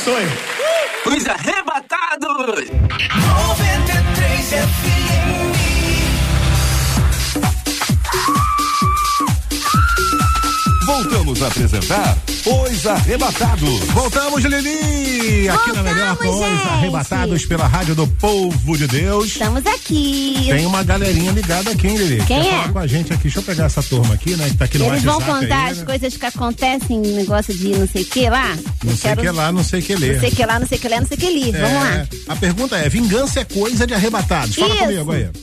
abençoe. Os Arrebatados. 93 FM. Voltamos a apresentar Os Arrebatados. Voltamos, Lili! Aqui na melhor com Os Arrebatados pela Rádio do Povo de Deus. Estamos aqui. Tem uma galerinha ligada aqui, hein, Lili? Quem Quer é? falar com a gente aqui. Deixa eu pegar essa turma aqui, né? Que tá aqui no Eles WhatsApp. vão contar aí, as né? coisas que acontecem no negócio de não sei o que lá? Não sei o que lá, não sei o que ler. Não sei o que lá, não sei o que ler, não sei o que li. Vamos lá. A pergunta é: vingança é coisa de arrebatados? Fala Isso. comigo aí.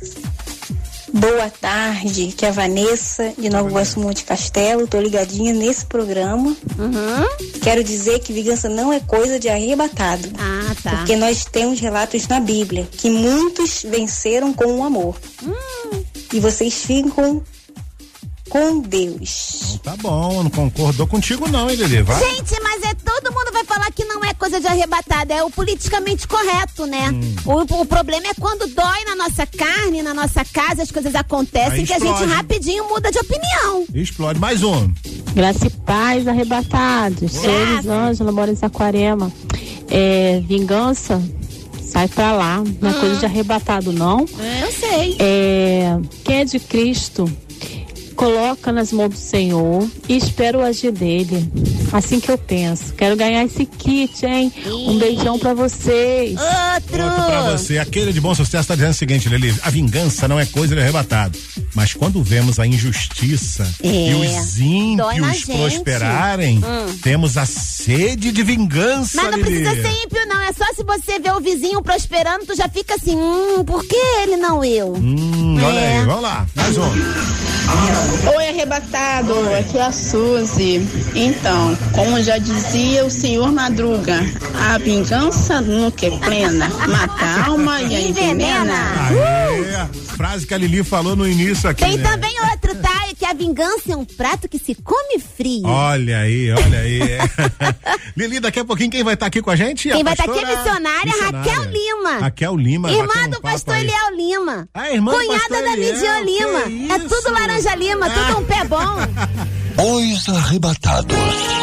Boa tarde, que é a Vanessa, de Nova Iguaçu Monte Castelo, tô ligadinha nesse programa. Quero dizer que vingança não é coisa de arrebatado. Ah, tá. Porque nós temos relatos na Bíblia que muitos venceram com o amor. E vocês ficam com Deus. Tá bom, não concordou contigo não, hein, Lili? Vai. Gente, mas todo mundo vai falar que não é coisa de arrebatado, é o politicamente correto, né? O problema é quando dói na nossa carne, na nossa casa, as coisas acontecem Aí que a gente explode. rapidinho muda de opinião. Explode. Mais um. Graça e paz, arrebatados. Sou Elisângela, moro em Saquarema. Vingança, sai pra lá. Não é coisa de arrebatado, não. Eu sei. Quem é de Cristo, coloca nas mãos do Senhor e espera o agir dele. Assim que eu penso. Quero ganhar esse kit, hein? Um beijão pra vocês. Outro pra você. Aquele de bom sucesso tá dizendo o seguinte, Lili: a vingança não é coisa de arrebatado. Mas quando vemos a injustiça e os Dói na ímpios gente. prosperarem, temos a sede de vingança, Mas não Lili. precisa ser ímpio, não. É só se você vê o vizinho prosperando, tu já fica assim, por que ele não eu? Olha aí, vamos lá. Mais um. Oi, arrebatado, aqui é a Suzy. Então, como já dizia o senhor Madruga, a vingança nunca é plena, mata a alma e a envenena. Frase que a Lili falou no início aqui. Tem né? também outro, tá? Que a vingança é um prato que se come frio. Olha aí, olha aí. Lili, daqui a pouquinho quem vai estar aqui com a gente? Quem vai estar aqui é a missionária Raquel Lima. Raquel Lima. Irmã batendo um do papo pastor aí. Eliel Lima. A irmã do Cunhada pastor da Eliel, Lidia Lima. que É tudo laranja lima, tudo um pé bom. Os Arrebatados.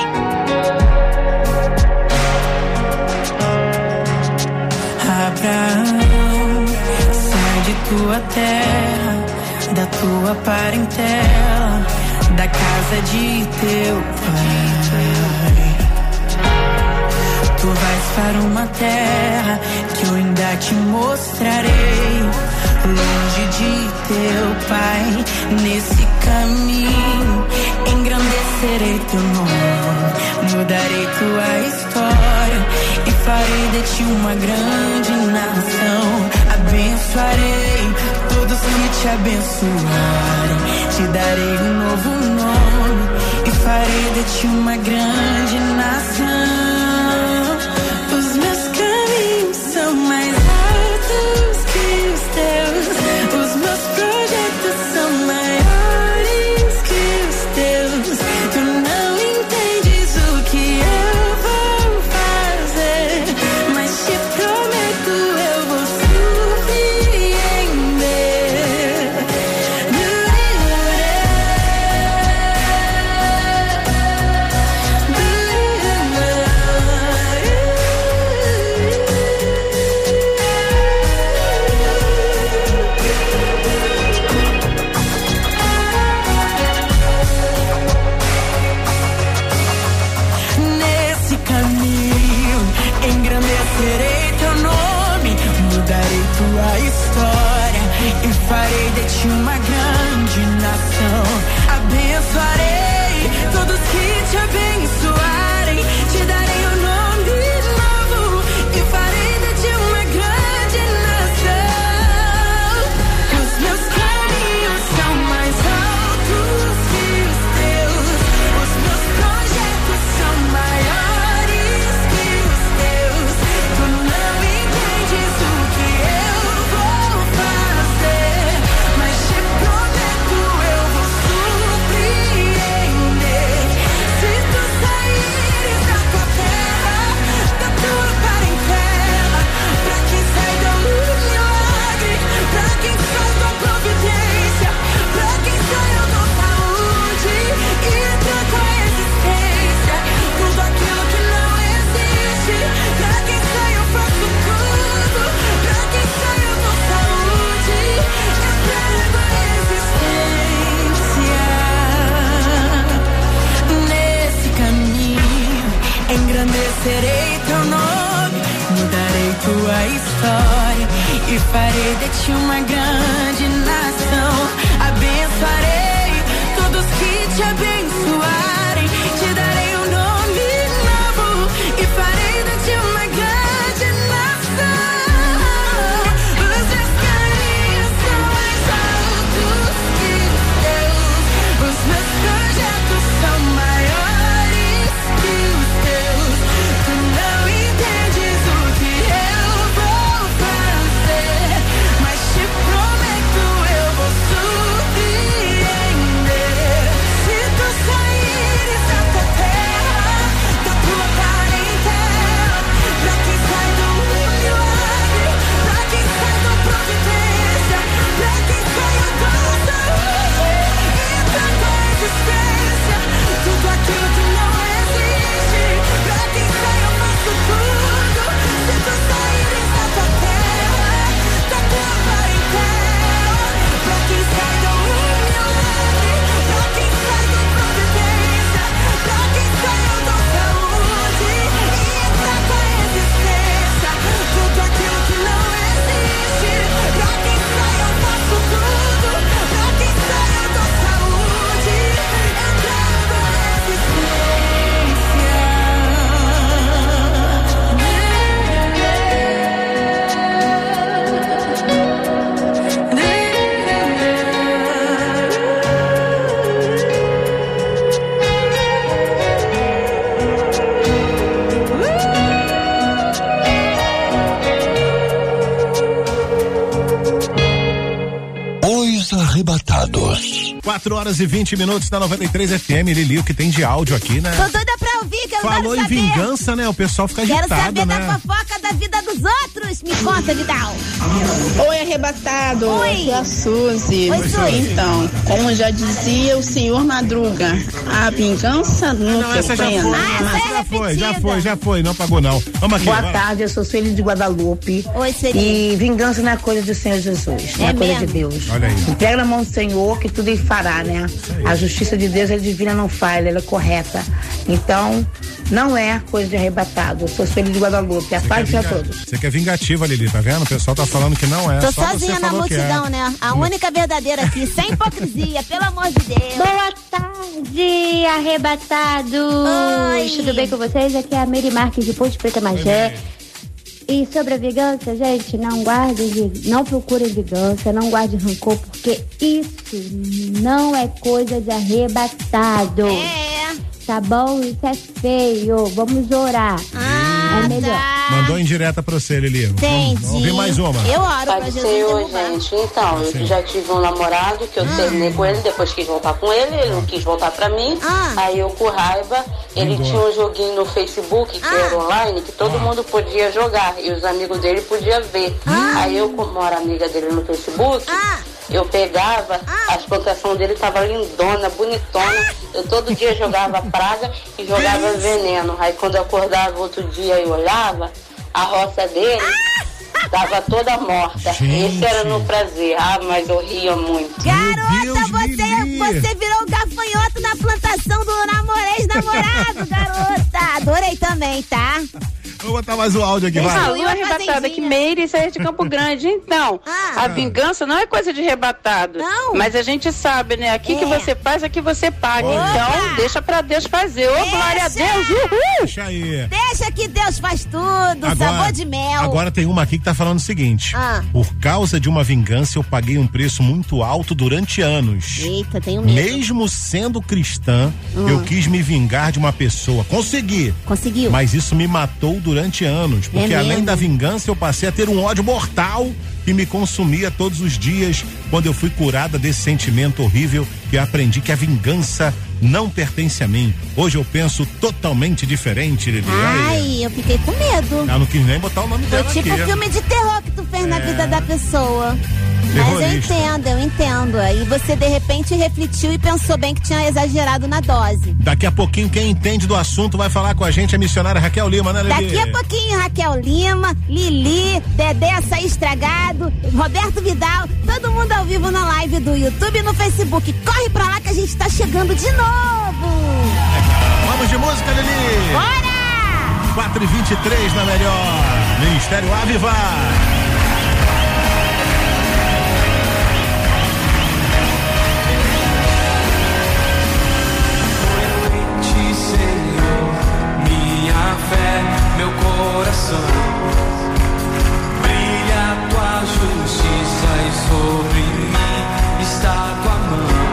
Abraão, sai de tua terra, da tua parentela, da casa de teu pai. Tu vais para uma terra que eu ainda te mostrarei, longe de teu pai. Nesse caminho engrandecerei teu nome, mudarei tua história e farei de ti uma grande nação. Abençoarei todos que te abençoarem, te darei um novo nome e farei de ti uma grande nação. Os meus caminhos são mais altos que os teus, os meus projetos são maiores que os teus. Tu não entendes o que eu vou fazer, mas te prometo eu vou surpreender. Nesse caminho engrandecerei teu nome, mudarei tua história e farei de ti uma grande nação. Abençoarei todos que te abençoarem, te darei um nome novo e farei de ti uma grande nação. Os meus caminhos são mais altos que os teus, os meus projetos são maiores que os teus. Tu não entendes o que eu vou fazer, mas te sua história e farei de ti uma grande nação. Abençoarei todos que te abençoarem, te darei um nome novo e farei de ti uma grande nação. Os meus caminhos são mais altos que os teus, os meus projetos são maiores que os teus. Tu não entendes o que eu vou fazer, mas te prometo eu vou surpreender. Se tu saíres da tua terra, da tua parentela, pra quem sai do milagre, pra quem sai da providência, pra quem sai da saúde e da tua existência, tudo aquilo que não existe, pra quem sai eu faço tudo. Se tu saíres da tua terra, da tua parentela, pra quem sai do milagre, pra quem sai da providência, pra quem sai eu dou saúde e da tua existência, tudo aquilo que não existe, pra quem sai eu faço tudo, pra quem sai eu dou saúde e da tua Os Arrebatados. 4h20 na 93 FM, Lili, o que tem de áudio aqui, né? Tô doida pra ouvir, que eu Falou quero em saber. vingança, né? O pessoal fica Quero agitado, saber né? da fofoca da vida dos outros. Me conta, Vidal. Oi, arrebatado. Oi. Aqui é a Suzy. Oi, Suzy. Então, como já dizia o senhor Madruga, a vingança nunca Não, essa já plena. foi. Já foi, não pagou não. Vamos aqui. Boa vai. tarde, eu sou Sueli de Guadalupe. Oi, Sueli. E vingança não é coisa do Senhor Jesus, não é coisa mesmo? de Deus. Olha aí. Entrega na mão do Senhor que tudo ele fará, né? A justiça de Deus é divina, não falha, ela é correta. Então, não é coisa de arrebatado. Eu sou Sueli de Guadalupe. A paz a todos. Você que é vingativa, Lili, tá vendo? O pessoal tá falando que não é. Tô só sozinha você na falou que multidão, é. né? A única verdadeira aqui, sem hipocrisia, pelo amor de Deus. Boa tarde, arrebatados! Oi. Tudo bem com vocês? Aqui é a Mary Marques de Ponte Preta Magé. E sobre a vingança, gente, não procurem vingança, não guardem rancor, porque isso não é coisa de arrebatado. Tá bom? Isso é feio. Vamos orar. É melhor. Mandou indireta pra você, Lili. Vamos ouvir mais uma. Eu oro pra Pode Jesus ser eu, derrubar. gente. Então, eu já tive um namorado que eu terminei com ele, depois quis voltar com ele não quis voltar pra mim. Aí eu, com raiva, ele tinha um joguinho no Facebook que era online, que todo mundo podia jogar e os amigos dele podiam ver. Aí eu, como era amiga dele no Facebook, eu pegava, as plantações dele tava lindona, bonitona. Eu todo dia jogava praga e jogava veneno. Aí quando eu acordava outro dia e olhava, a roça dele tava toda morta. Gente. Esse era no prazer. Mas eu ria muito. Garota, você virou gafanhoto na plantação do ex-namorado, garota. Adorei também, tá? Vou botar mais um áudio aqui, vai. Alô, arrebatada, que Meire, isso aí é de Campo Grande. Então, a vingança não é coisa de arrebatado. Não. Mas a gente sabe, né? Aqui que você faz, aqui você paga. Opa. Então, deixa pra Deus fazer. Ô, glória a Deus, uhul! Deixa aí. Deixa que Deus faz tudo, sabor de mel. Agora tem uma aqui que tá falando o seguinte: por causa de uma vingança, eu paguei um preço muito alto durante anos. Eita, tenho medo. Mesmo sendo cristã, eu quis me vingar de uma pessoa. Conseguiu. Mas isso me matou durante anos. Porque além mesmo? da vingança, eu passei a ter um ódio mortal que me consumia todos os dias, quando eu fui curada desse sentimento horrível que eu aprendi que a vingança não pertence a mim. Hoje eu penso totalmente diferente, Lili. Ai, eu fiquei com medo. Eu não quis nem botar o nome Foi dela tipo aqui. filme de terror que tu fez na vida da pessoa. Mas eu entendo. Aí você de repente refletiu e pensou bem que tinha exagerado na dose. Daqui a pouquinho quem entende do assunto vai falar com a gente, a missionária Raquel Lima, né, Lili? Daqui a pouquinho, Raquel Lima, Lili, Dedé Açaí Estragado, Roberto Vidal, todo mundo ao vivo na live do YouTube e no Facebook. Corre pra lá que a gente tá chegando de novo! Vamos de música, Lili! Bora! 4h23 na melhor. Ministério Avivar. Fé, meu coração brilha tua justiça e sobre mim está tua mão.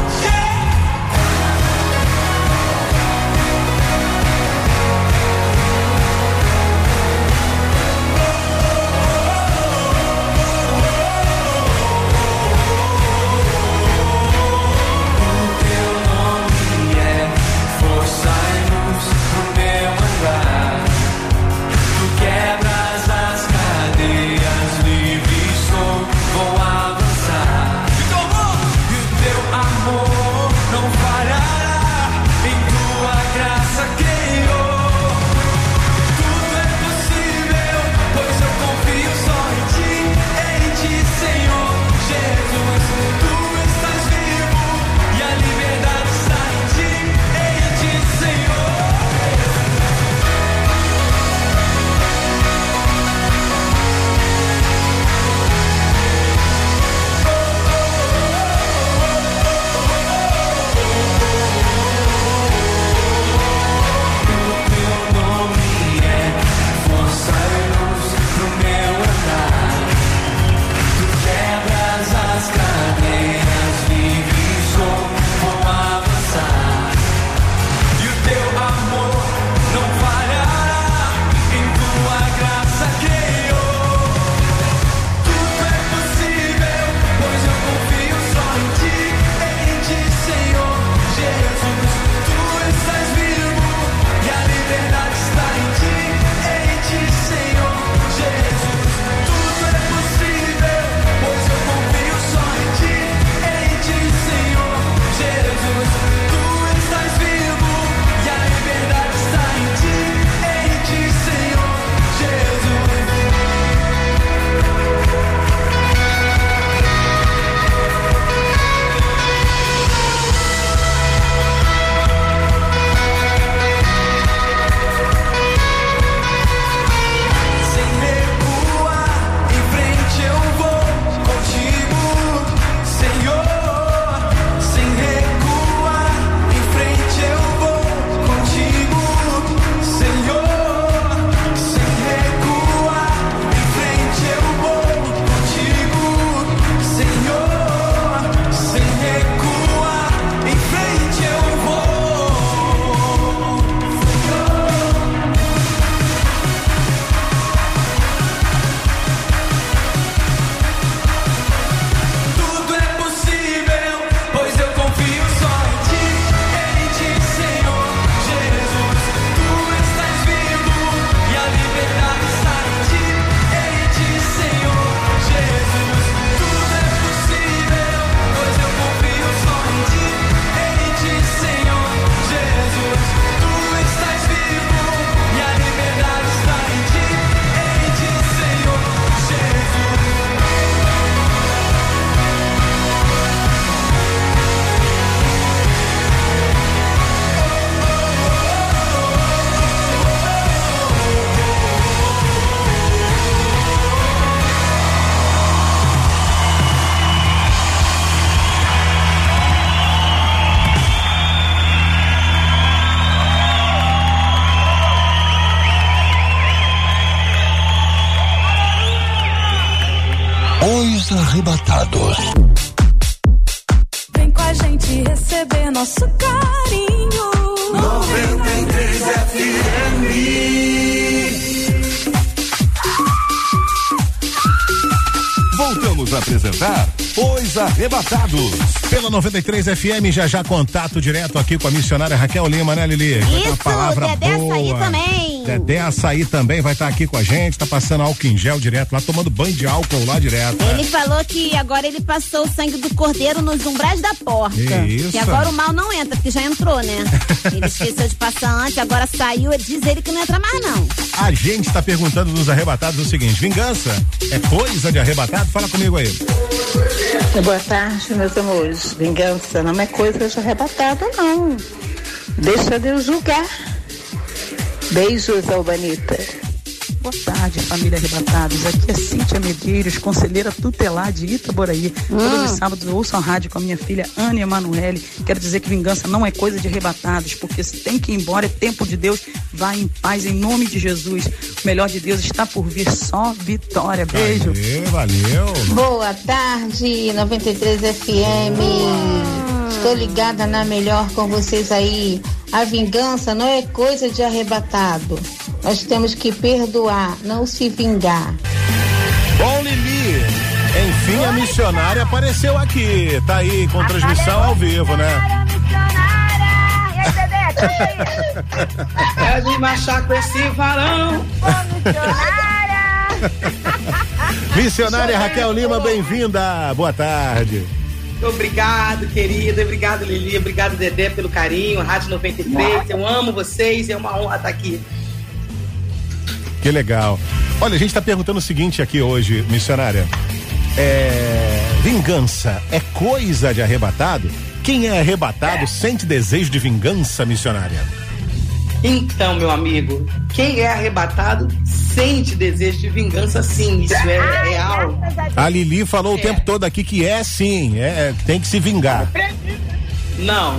Arrebatados. Vem com a gente receber nosso carinho. 93 FM. Voltamos a apresentar Os Arrebatados. Pela 93 FM, já contato direto aqui com a missionária Raquel Lima, né, Lili? Isso, palavra Dedé boa. Açaí também. Dedé Açaí também vai estar aqui com a gente, tá passando álcool em gel direto lá, tomando banho de álcool lá direto. Ele falou que agora ele passou o sangue do cordeiro nos umbrais da porta. Isso. E agora o mal não entra, porque já entrou, né? Ele esqueceu de passar antes, agora saiu, diz ele que não entra mais não. A gente tá perguntando nos arrebatados o seguinte: vingança é coisa de arrebatado? Fala comigo aí. Boa tarde, meus amores. Vingança não é coisa de arrebatado, não. Deixa Deus julgar. Beijos, Albanita. Boa tarde, família Arrebatados. Aqui é Cíntia Medeiros, conselheira tutelar de Itaboraí. Todos os sábados eu ouço a rádio com a minha filha Ana Emanuele. Quero dizer que vingança não é coisa de arrebatados, porque se tem que ir embora, é tempo de Deus. Vai em paz, em nome de Jesus. O melhor de Deus está por vir, só vitória. Beijo. Valeu. Boa tarde, 93 FM. Estou ligada na melhor com vocês aí. A vingança não é coisa de arrebatado. Nós temos que perdoar, não se vingar. Bom, Lili, enfim a missionária apareceu aqui. Tá aí com transmissão ao vivo, né? E aí, Dedé, canta aí. É de marchar com esse varão. Missionária Raquel Lima, bem-vinda. Boa tarde. Obrigado, querida. Obrigado, Lili. Obrigado, Dedé, pelo carinho. Rádio 93. Eu amo vocês. É uma honra estar aqui. Que legal. Olha, a gente está perguntando o seguinte aqui hoje, missionária. Vingança é coisa de arrebatado? Quem é arrebatado sente desejo de vingança, missionária? Então, meu amigo, quem é arrebatado sente desejo de vingança, sim. Isso é real. A Lili falou o tempo todo aqui que é sim, tem que se vingar. Não.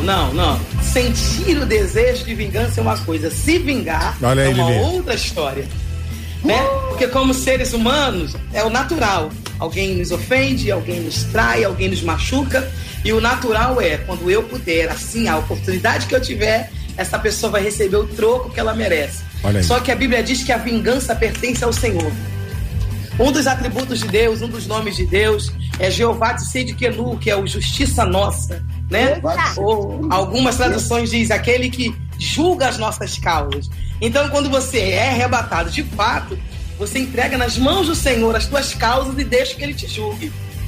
Sentir o desejo de vingança é uma coisa, se vingar é uma outra história. Né? Porque como seres humanos é o natural. Alguém nos ofende, alguém nos trai, alguém nos machuca. E o natural é, quando eu puder, assim, a oportunidade que eu tiver, essa pessoa vai receber o troco que ela merece. Só que a Bíblia diz que a vingança pertence ao Senhor. Um dos atributos de Deus, um dos nomes de Deus é Jeová Tsidkenu, que é o justiça nossa, né? Ou algumas traduções diz aquele que julga as nossas causas. Então, quando você é arrebatado, de fato, você entrega nas mãos do Senhor as tuas causas e deixa que Ele te julgue.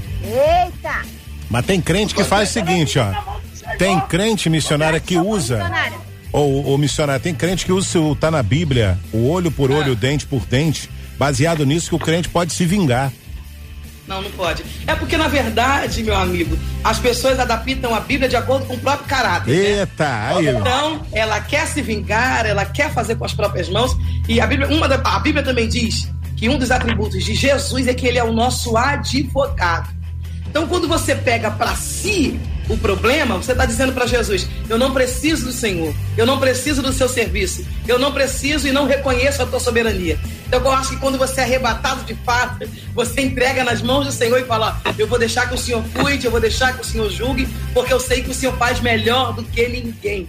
Eita! Mas tem crente que faz o seguinte, ó. Tem crente, missionária, que usa... Ou missionário, tem crente que usa o tá na Bíblia, o olho por olho, dente por dente, baseado nisso que o crente pode se vingar. Não pode. É porque, na verdade, meu amigo, as pessoas adaptam a Bíblia de acordo com o próprio caráter. Eita, né? aí. Então, ela quer se vingar, ela quer fazer com as próprias mãos. E a Bíblia também diz que um dos atributos de Jesus é que ele é o nosso advogado. Então, quando você pega para si o problema, você está dizendo para Jesus: eu não preciso do Senhor, eu não preciso do seu serviço, eu não preciso e não reconheço a tua soberania. Então eu acho que quando você é arrebatado de fato, você entrega nas mãos do Senhor e fala: eu vou deixar que o Senhor cuide, eu vou deixar que o Senhor julgue, porque eu sei que o Senhor faz melhor do que ninguém.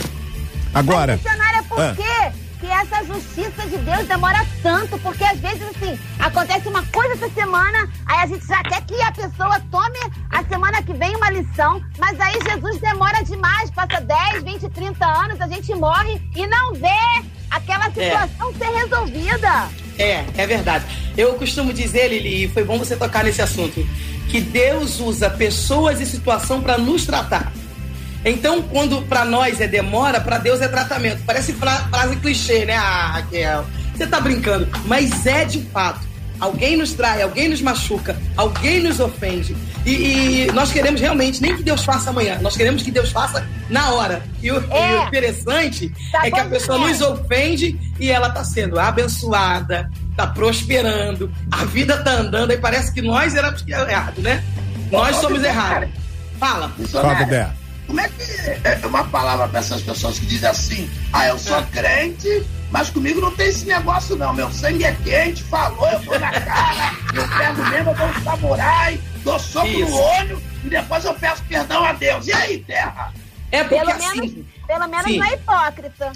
Agora, missionária, por quê que essa justiça de Deus demora tanto? Porque às vezes, assim, acontece uma coisa essa semana, aí a gente já quer que a pessoa tome a semana que vem uma lição, mas aí Jesus demora demais, passa 10, 20, 30 anos, a gente morre e não vê aquela situação ser resolvida. É verdade. Eu costumo dizer, Lili, e foi bom você tocar nesse assunto, que Deus usa pessoas e situação para nos tratar. Então, quando para nós é demora, para Deus é tratamento. Parece frase clichê, né, Raquel? Você tá brincando, mas é de fato. Alguém nos trai, alguém nos machuca, alguém nos ofende. E nós queremos realmente, nem que Deus faça amanhã, nós queremos que Deus faça na hora. E o interessante é que a pessoa nos ofende e ela tá sendo abençoada, tá prosperando, a vida tá andando, aí parece que nós éramos errados, né? Nós somos errados. Fala. Dedé. Como é que é uma palavra para essas pessoas que dizem assim: eu sou crente, mas comigo não tem esse negócio não, meu sangue é quente, falou, eu vou na cara, eu pego mesmo, eu dou um samurai, dou soco no olho e depois eu peço perdão a Deus. E aí, terra? É porque pelo menos não é hipócrita.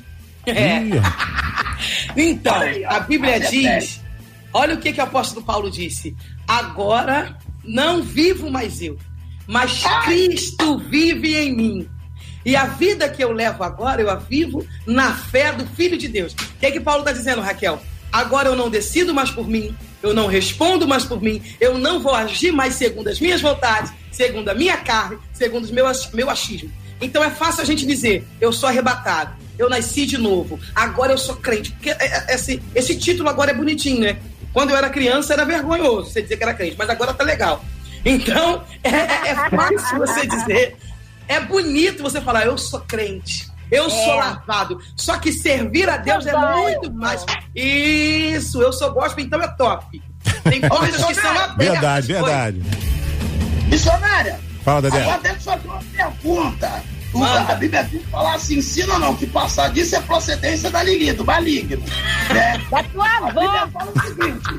Então, a Bíblia diz, olha o que o apóstolo Paulo disse: agora não vivo mais eu, mas Cristo vive em mim. E a vida que eu levo agora, eu a vivo na fé do Filho de Deus. O que Paulo está dizendo, Raquel? Agora eu não decido mais por mim, eu não respondo mais por mim, eu não vou agir mais segundo as minhas vontades, segundo a minha carne, segundo o meu achismo. Então é fácil a gente dizer: eu sou arrebatado, eu nasci de novo, agora eu sou crente. Porque esse título agora é bonitinho, né? Quando eu era criança era vergonhoso você dizer que era crente, mas agora tá legal. Então, é fácil você dizer, é bonito você falar: eu sou crente. Eu sou lavado. Só que servir a Deus é muito mais. Isso, eu sou gospel, então é top. Tem coisas que são abertas. Verdade. Missionária. Fala, Dedé. Agora deixa eu fazer uma pergunta. A Bíblia tem que falar assim, ensina ou não, que passar disso é procedência do maligno. Né? Da tua avó. A Bíblia fala o seguinte.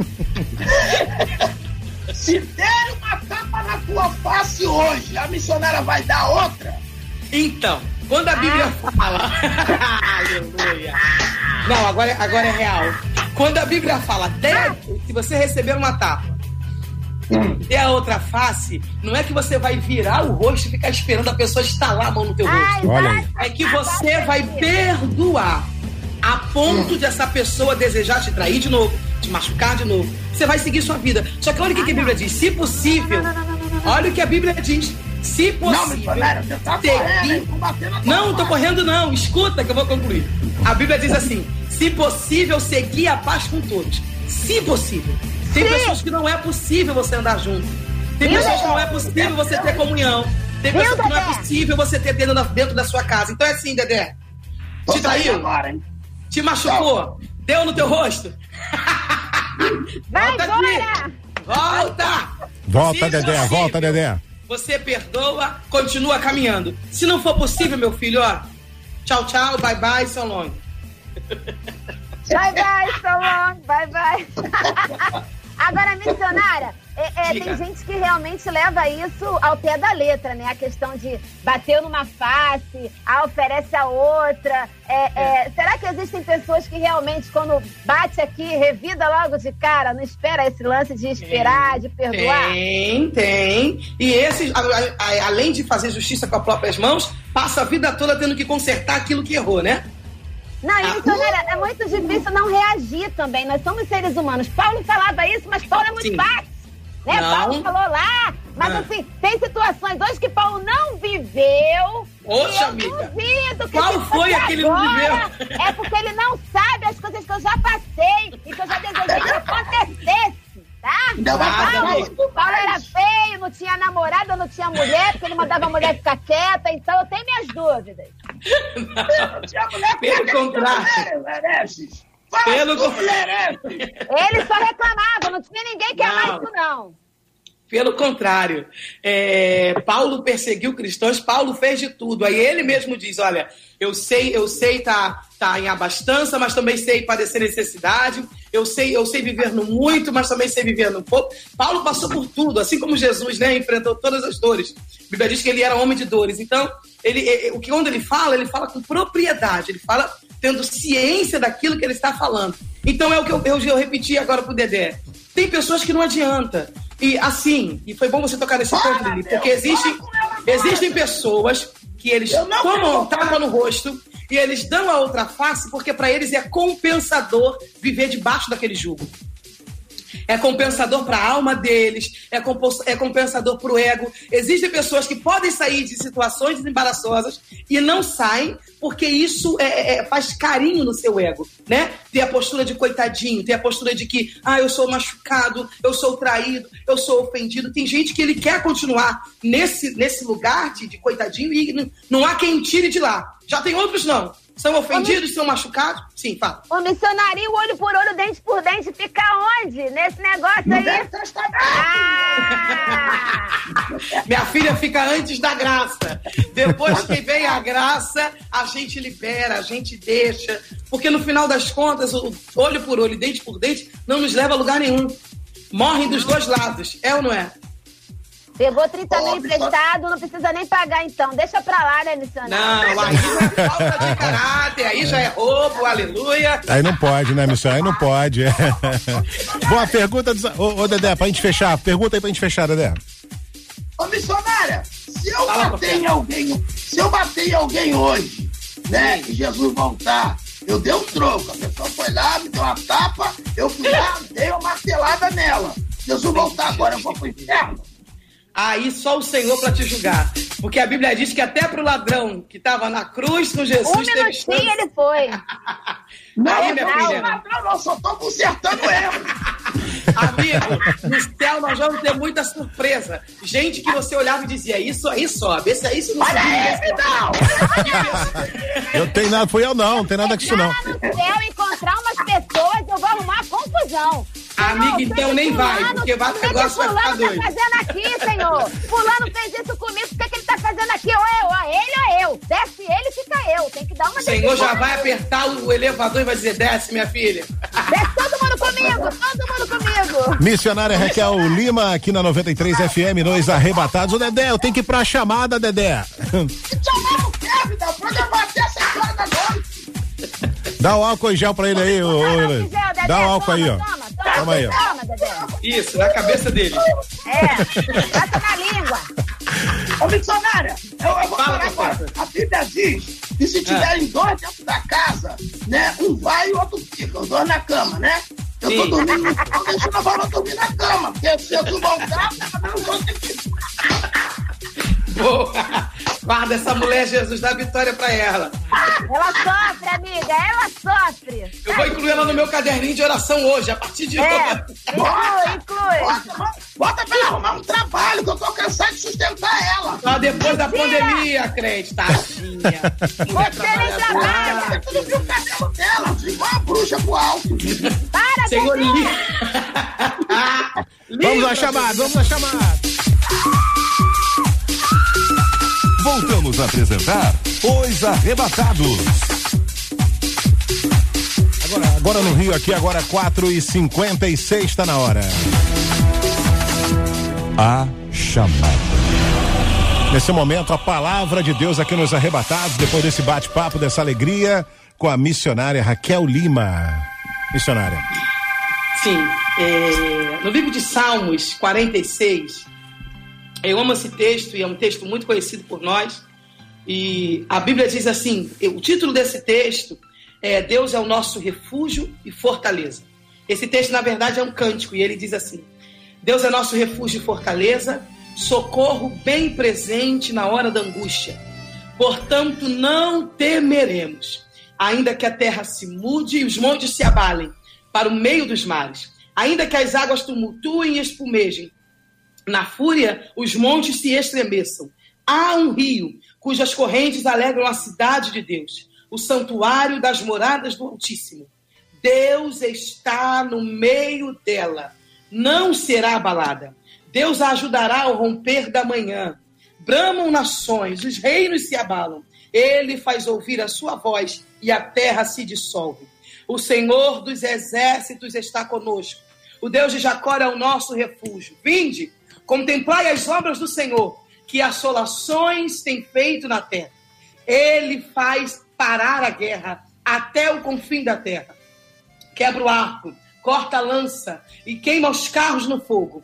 Se der uma tapa na tua face hoje, a missionária vai dar outra? Então, quando a Bíblia fala... Aleluia. Não, agora é real. Quando a Bíblia fala, se você receber uma tapa, dê a outra face, não é que você vai virar o rosto e ficar esperando a pessoa estalar a mão no teu rosto. É que você vai perdoar a ponto de essa pessoa desejar te trair de novo, te machucar de novo. Você vai seguir sua vida. Só que olha o que a Bíblia diz. Se possível, olha o que a Bíblia diz. Se possível, não tô correndo não. Escuta que eu vou concluir. A Bíblia diz assim: se possível, seguir a paz com todos. Se possível. Tem pessoas que não é possível você andar junto. Tem pessoas que não é possível você ter comunhão. Tem pessoas que não é possível você ter dentro da sua casa. Então é assim, Dedé. Te traiu? Te machucou? Deu no teu rosto? Volta aqui! Volta, Dedé, volta, Dedé. Você perdoa, continua caminhando. Se não for possível, meu filho, ó. Tchau, tchau, bye, bye, so long. Bye, bye, so long, bye, bye. Agora, missionária, tem gente que realmente leva isso ao pé da letra, né? A questão de bateu numa face, oferece a outra. Será que existem pessoas que realmente, quando bate aqui, revida logo de cara, não espera esse lance de esperar, de perdoar? Tem. E esses, além de fazer justiça com as próprias mãos, passa a vida toda tendo que consertar aquilo que errou, né? Não, e missionária, é muito difícil não reagir também. Nós somos seres humanos. Paulo falava isso, mas Paulo é muito fácil. Né? Paulo falou lá. Mas assim, tem situações hoje que Paulo não viveu. Poxa, amiga. Duvido que qual foi aquele não viveu? É porque ele não sabe as coisas que eu já passei e que eu já desejei que acontecesse. Tá? Paulo era feio, não tinha namorada, não tinha mulher, porque ele mandava a mulher ficar quieta, então eu tenho minhas dúvidas. Pelo contrário. Ele só reclamava, não tinha ninguém que amasse isso, não. Pelo contrário, Paulo perseguiu cristãos, Paulo fez de tudo. Aí ele mesmo diz, olha, eu sei tá em abastança, mas também sei padecer necessidade. Eu sei viver no muito, mas também sei viver no pouco. Paulo passou por tudo, assim como Jesus, né, enfrentou todas as dores. A Bíblia diz que ele era homem de dores. Então, quando ele fala com propriedade, ele fala tendo ciência daquilo que ele está falando. Então é o que eu repeti agora pro Dedé. Tem pessoas que não adianta. E assim, e foi bom você tocar nesse ponto dele, porque existem pessoas que eles tomam tapa no rosto e eles dão a outra face porque para eles é compensador viver debaixo daquele jugo. É compensador para a alma deles, é compensador para o ego. Existem pessoas que podem sair de situações embaraçosas e não saem porque isso faz carinho no seu ego, né? Ter a postura de coitadinho, ter a postura de que eu sou machucado, eu sou traído, eu sou ofendido. Tem gente que ele quer continuar nesse lugar de coitadinho e não há quem tire de lá. Já tem outros não. São ofendidos, são machucados? Sim, fala. O missionário, olho por olho, dente por dente, fica onde? Nesse negócio aí? Minha filha fica antes da graça. Depois que vem a graça, a gente libera, a gente deixa. Porque no final das contas, o olho por olho, dente por dente, não nos leva a lugar nenhum. Morrem dos dois lados, é ou não é? Pegou 30 mil emprestado, não precisa nem pagar então. Deixa pra lá, né, missionário? Não, aí é falta de caráter, aí já é roubo, aleluia. Aí não pode, né, missionário? Aí não pode. Boa pergunta, Dedé, pra gente fechar. Pergunta aí pra gente fechar, Dedé. Ô, missionária, se eu bater em alguém hoje, né, e Jesus voltar, eu dei um troco, a pessoa foi lá, me deu uma tapa, eu fui lá, dei uma martelada nela. Jesus voltar agora, eu vou pro inferno. Aí só o Senhor para te julgar. Porque a Bíblia diz que até pro ladrão que estava na cruz com Jesus... Um minutinho ele foi. Não, minha filha. Não, só tô consertando erro. Amigo, no céu nós vamos ter muita surpresa. Gente que você olhava e dizia, isso aí sobe, esse aí se não Olha aí, Vidal! Eu tenho nada, fui eu não tem nada com isso não. Lá no céu encontrar umas pessoas, eu vou arrumar confusão. Amigo, então nem vai, porque vai o negócio vai ficar doido. O que tá fazendo aqui, senhor? Fulano fez isso comigo, o que ele tá fazendo aqui? Ou ele ou eu. Desce ele, fica eu. Tem que dar uma O Senhor já vai apertar o elevador e vai dizer, desce, minha filha. Desce todo mundo comigo. Missionária Raquel Lima, aqui na 93 FM, Nós Arrebatados. Ô, Dedé, eu tenho que ir pra chamada, Dedé. Chamar o quê, Vidal? O programa vai até 7 horas da noite. Dá o álcool em gel pra ele aí, dá o álcool aí, ó. Toma aí, ó. Isso, na cabeça dele. Passa na língua. Ô, missionária, eu vou falar agora. A Bíblia diz que se tiverem dois dentro da casa, né, um vai e o outro fica, os dois na cama, né? Eu tô dormindo, tô deixando a Valor dormir na cama, porque se eu voltar, os dois tem que... Boa! Guarda essa mulher, Jesus, dá vitória pra ela. Ela sofre, amiga, ela sofre. Eu vou incluir ela no meu caderninho de oração hoje, a partir de hoje. Inclui. Bota pra ela arrumar um trabalho, que eu tô cansado de sustentar ela. Só depois da pandemia, crente, tadinha. Você nem trabalha. Tu não viu o cabelo dela, igual uma bruxa pro alto. Para, Senhor, Vamos à chamada. Voltamos a apresentar Os Arrebatados. Agora no Rio, aqui, agora 4h56, tá na hora. A chamada. Nesse momento, a palavra de Deus aqui nos Arrebatados, depois desse bate-papo, dessa alegria, com a missionária Raquel Lima. Missionária. Sim, no livro de Salmos 46, eu amo esse texto e é um texto muito conhecido por nós. E a Bíblia diz assim, o título desse texto é Deus é o nosso refúgio e fortaleza. Esse texto, na verdade, é um cântico e ele diz assim: Deus é nosso refúgio e fortaleza, socorro bem presente na hora da angústia. Portanto, não temeremos, ainda que a terra se mude e os montes se abalem para o meio dos mares, ainda que as águas tumultuem e espumejem. Na fúria, os montes se estremeçam. Há um rio, cujas correntes alegram a cidade de Deus, o santuário das moradas do Altíssimo. Deus está no meio dela, não será abalada. Deus a ajudará ao romper da manhã. Bramam nações, os reinos se abalam. Ele faz ouvir a sua voz e a terra se dissolve. O Senhor dos exércitos está conosco. O Deus de Jacó é o nosso refúgio. Vinde, contemplai as obras do Senhor, que assolações tem feito na terra. Ele faz parar a guerra até o confim da terra. Quebra o arco, corta a lança e queima os carros no fogo.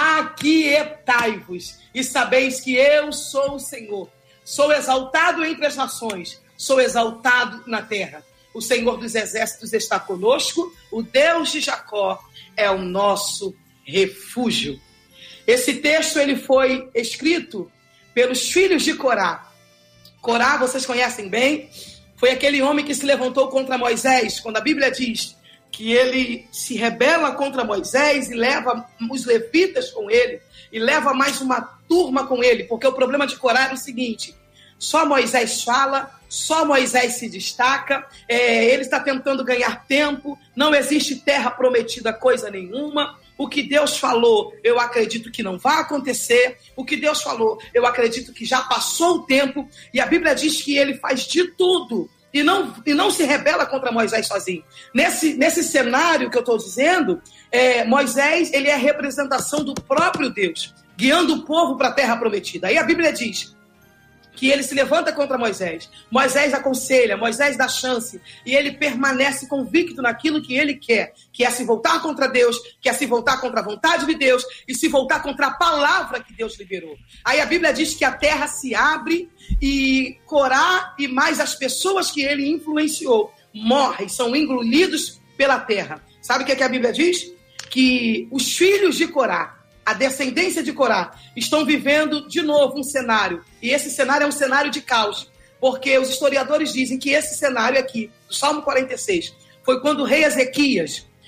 Aquietai-vos e sabeis que eu sou o Senhor. Sou exaltado entre as nações, sou exaltado na terra. O Senhor dos exércitos está conosco, o Deus de Jacó é o nosso refúgio. Esse texto ele foi escrito pelos filhos de Corá. Corá, vocês conhecem bem, foi aquele homem que se levantou contra Moisés, quando a Bíblia diz que ele se rebela contra Moisés e leva os levitas com ele, e leva mais uma turma com ele, porque o problema de Corá era o seguinte: só Moisés fala, só Moisés se destaca, ele está tentando ganhar tempo, não existe terra prometida coisa nenhuma. O que Deus falou, eu acredito que não vai acontecer. O que Deus falou, eu acredito que já passou o tempo. E a Bíblia diz que ele faz de tudo e não se rebela contra Moisés sozinho. Nesse cenário que eu estou dizendo, Moisés ele é a representação do próprio Deus, guiando o povo para a terra prometida. Aí a Bíblia diz que ele se levanta contra Moisés. Moisés aconselha, Moisés dá chance, e ele permanece convicto naquilo que ele quer, que é se voltar contra Deus, que é se voltar contra a vontade de Deus, e se voltar contra a palavra que Deus liberou. Aí a Bíblia diz que a terra se abre, e Corá e mais as pessoas que ele influenciou morrem, são engolidos pela terra. Sabe o que a Bíblia diz? Que os filhos de Corá, a descendência de Corá, estão vivendo de novo um cenário. E esse cenário é um cenário de caos. Porque os historiadores dizem que esse cenário aqui, do Salmo 46, foi quando o rei Ezequias,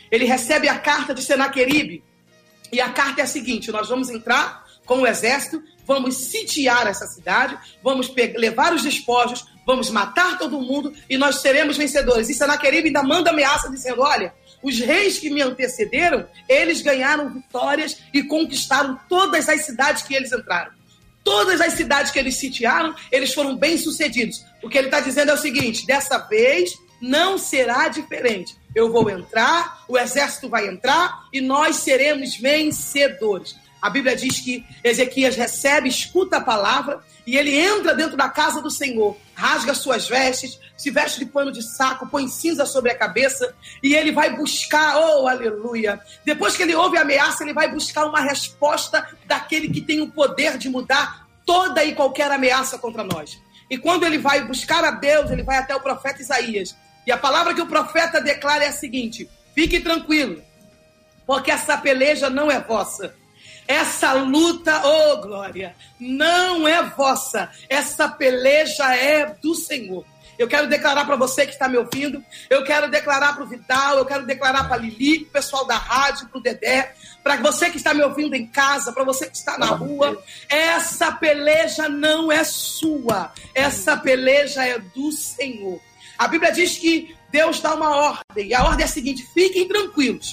ele recebe a carta de Senaqueribe. E a carta é a seguinte: nós vamos entrar com o exército, vamos sitiar essa cidade, vamos levar os despojos, vamos matar todo mundo e nós seremos vencedores. E Senaqueribe ainda manda ameaça dizendo: olha, os reis que me antecederam, eles ganharam vitórias e conquistaram todas as cidades que eles entraram. Todas as cidades que eles sitiaram, eles foram bem-sucedidos. O que ele está dizendo é o seguinte: dessa vez não será diferente. Eu vou entrar, o exército vai entrar e nós seremos vencedores. A Bíblia diz que Ezequias recebe, escuta a palavra e ele entra dentro da casa do Senhor, rasga suas vestes, se veste de pano de saco, põe cinza sobre a cabeça e ele vai buscar, oh, aleluia. Depois que ele ouve a ameaça, ele vai buscar uma resposta daquele que tem o poder de mudar toda e qualquer ameaça contra nós. E quando ele vai buscar a Deus, ele vai até o profeta Isaías. E a palavra que o profeta declara é a seguinte: fique tranquilo, porque essa peleja não é vossa. Essa luta, oh glória, não é vossa. Essa peleja é do Senhor. Eu quero declarar para você que está me ouvindo, eu quero declarar para o Vidal, eu quero declarar para a Lili, para o pessoal da rádio, para o Dedé, para você que está me ouvindo em casa, para você que está na rua, essa peleja não é sua, essa peleja é do Senhor. A Bíblia diz que Deus dá uma ordem, e a ordem é a seguinte: fiquem tranquilos.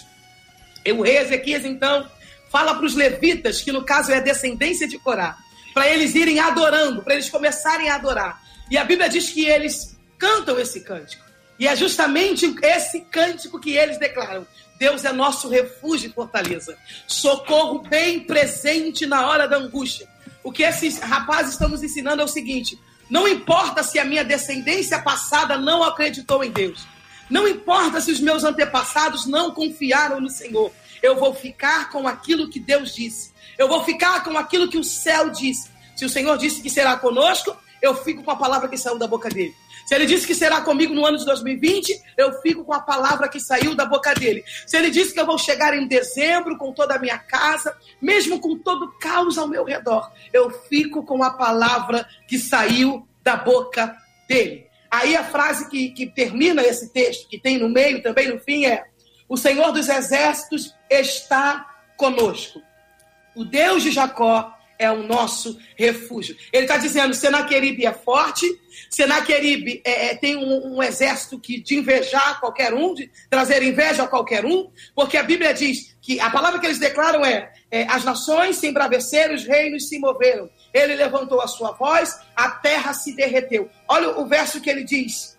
O rei Ezequias, então, fala para os levitas, que no caso é a descendência de Corá, para eles irem adorando, para eles começarem a adorar. E a Bíblia diz que eles cantam esse cântico. E é justamente esse cântico que eles declaram: Deus é nosso refúgio e fortaleza, socorro bem presente na hora da angústia. O que esses rapazes estão nos ensinando é o seguinte: não importa se a minha descendência passada não acreditou em Deus, não importa se os meus antepassados não confiaram no Senhor, eu vou ficar com aquilo que Deus disse, eu vou ficar com aquilo que o céu disse. Se o Senhor disse que será conosco, eu fico com a palavra que saiu da boca dele. Se ele disse que será comigo no ano de 2020, eu fico com a palavra que saiu da boca dele. Se ele disse que eu vou chegar em dezembro com toda a minha casa, mesmo com todo o caos ao meu redor, eu fico com a palavra que saiu da boca dele. Aí a frase que termina esse texto, que tem no meio também no fim, é: o Senhor dos Exércitos está conosco. O Deus de Jacó é o nosso refúgio. Ele está dizendo: Senaqueribe é forte, Senaqueribe tem um exército de invejar qualquer um, de trazer inveja a qualquer um, porque a Bíblia diz que a palavra que eles declaram é as nações se embraveceram, os reinos se moveram. Ele levantou a sua voz, a terra se derreteu. Olha o verso que ele diz.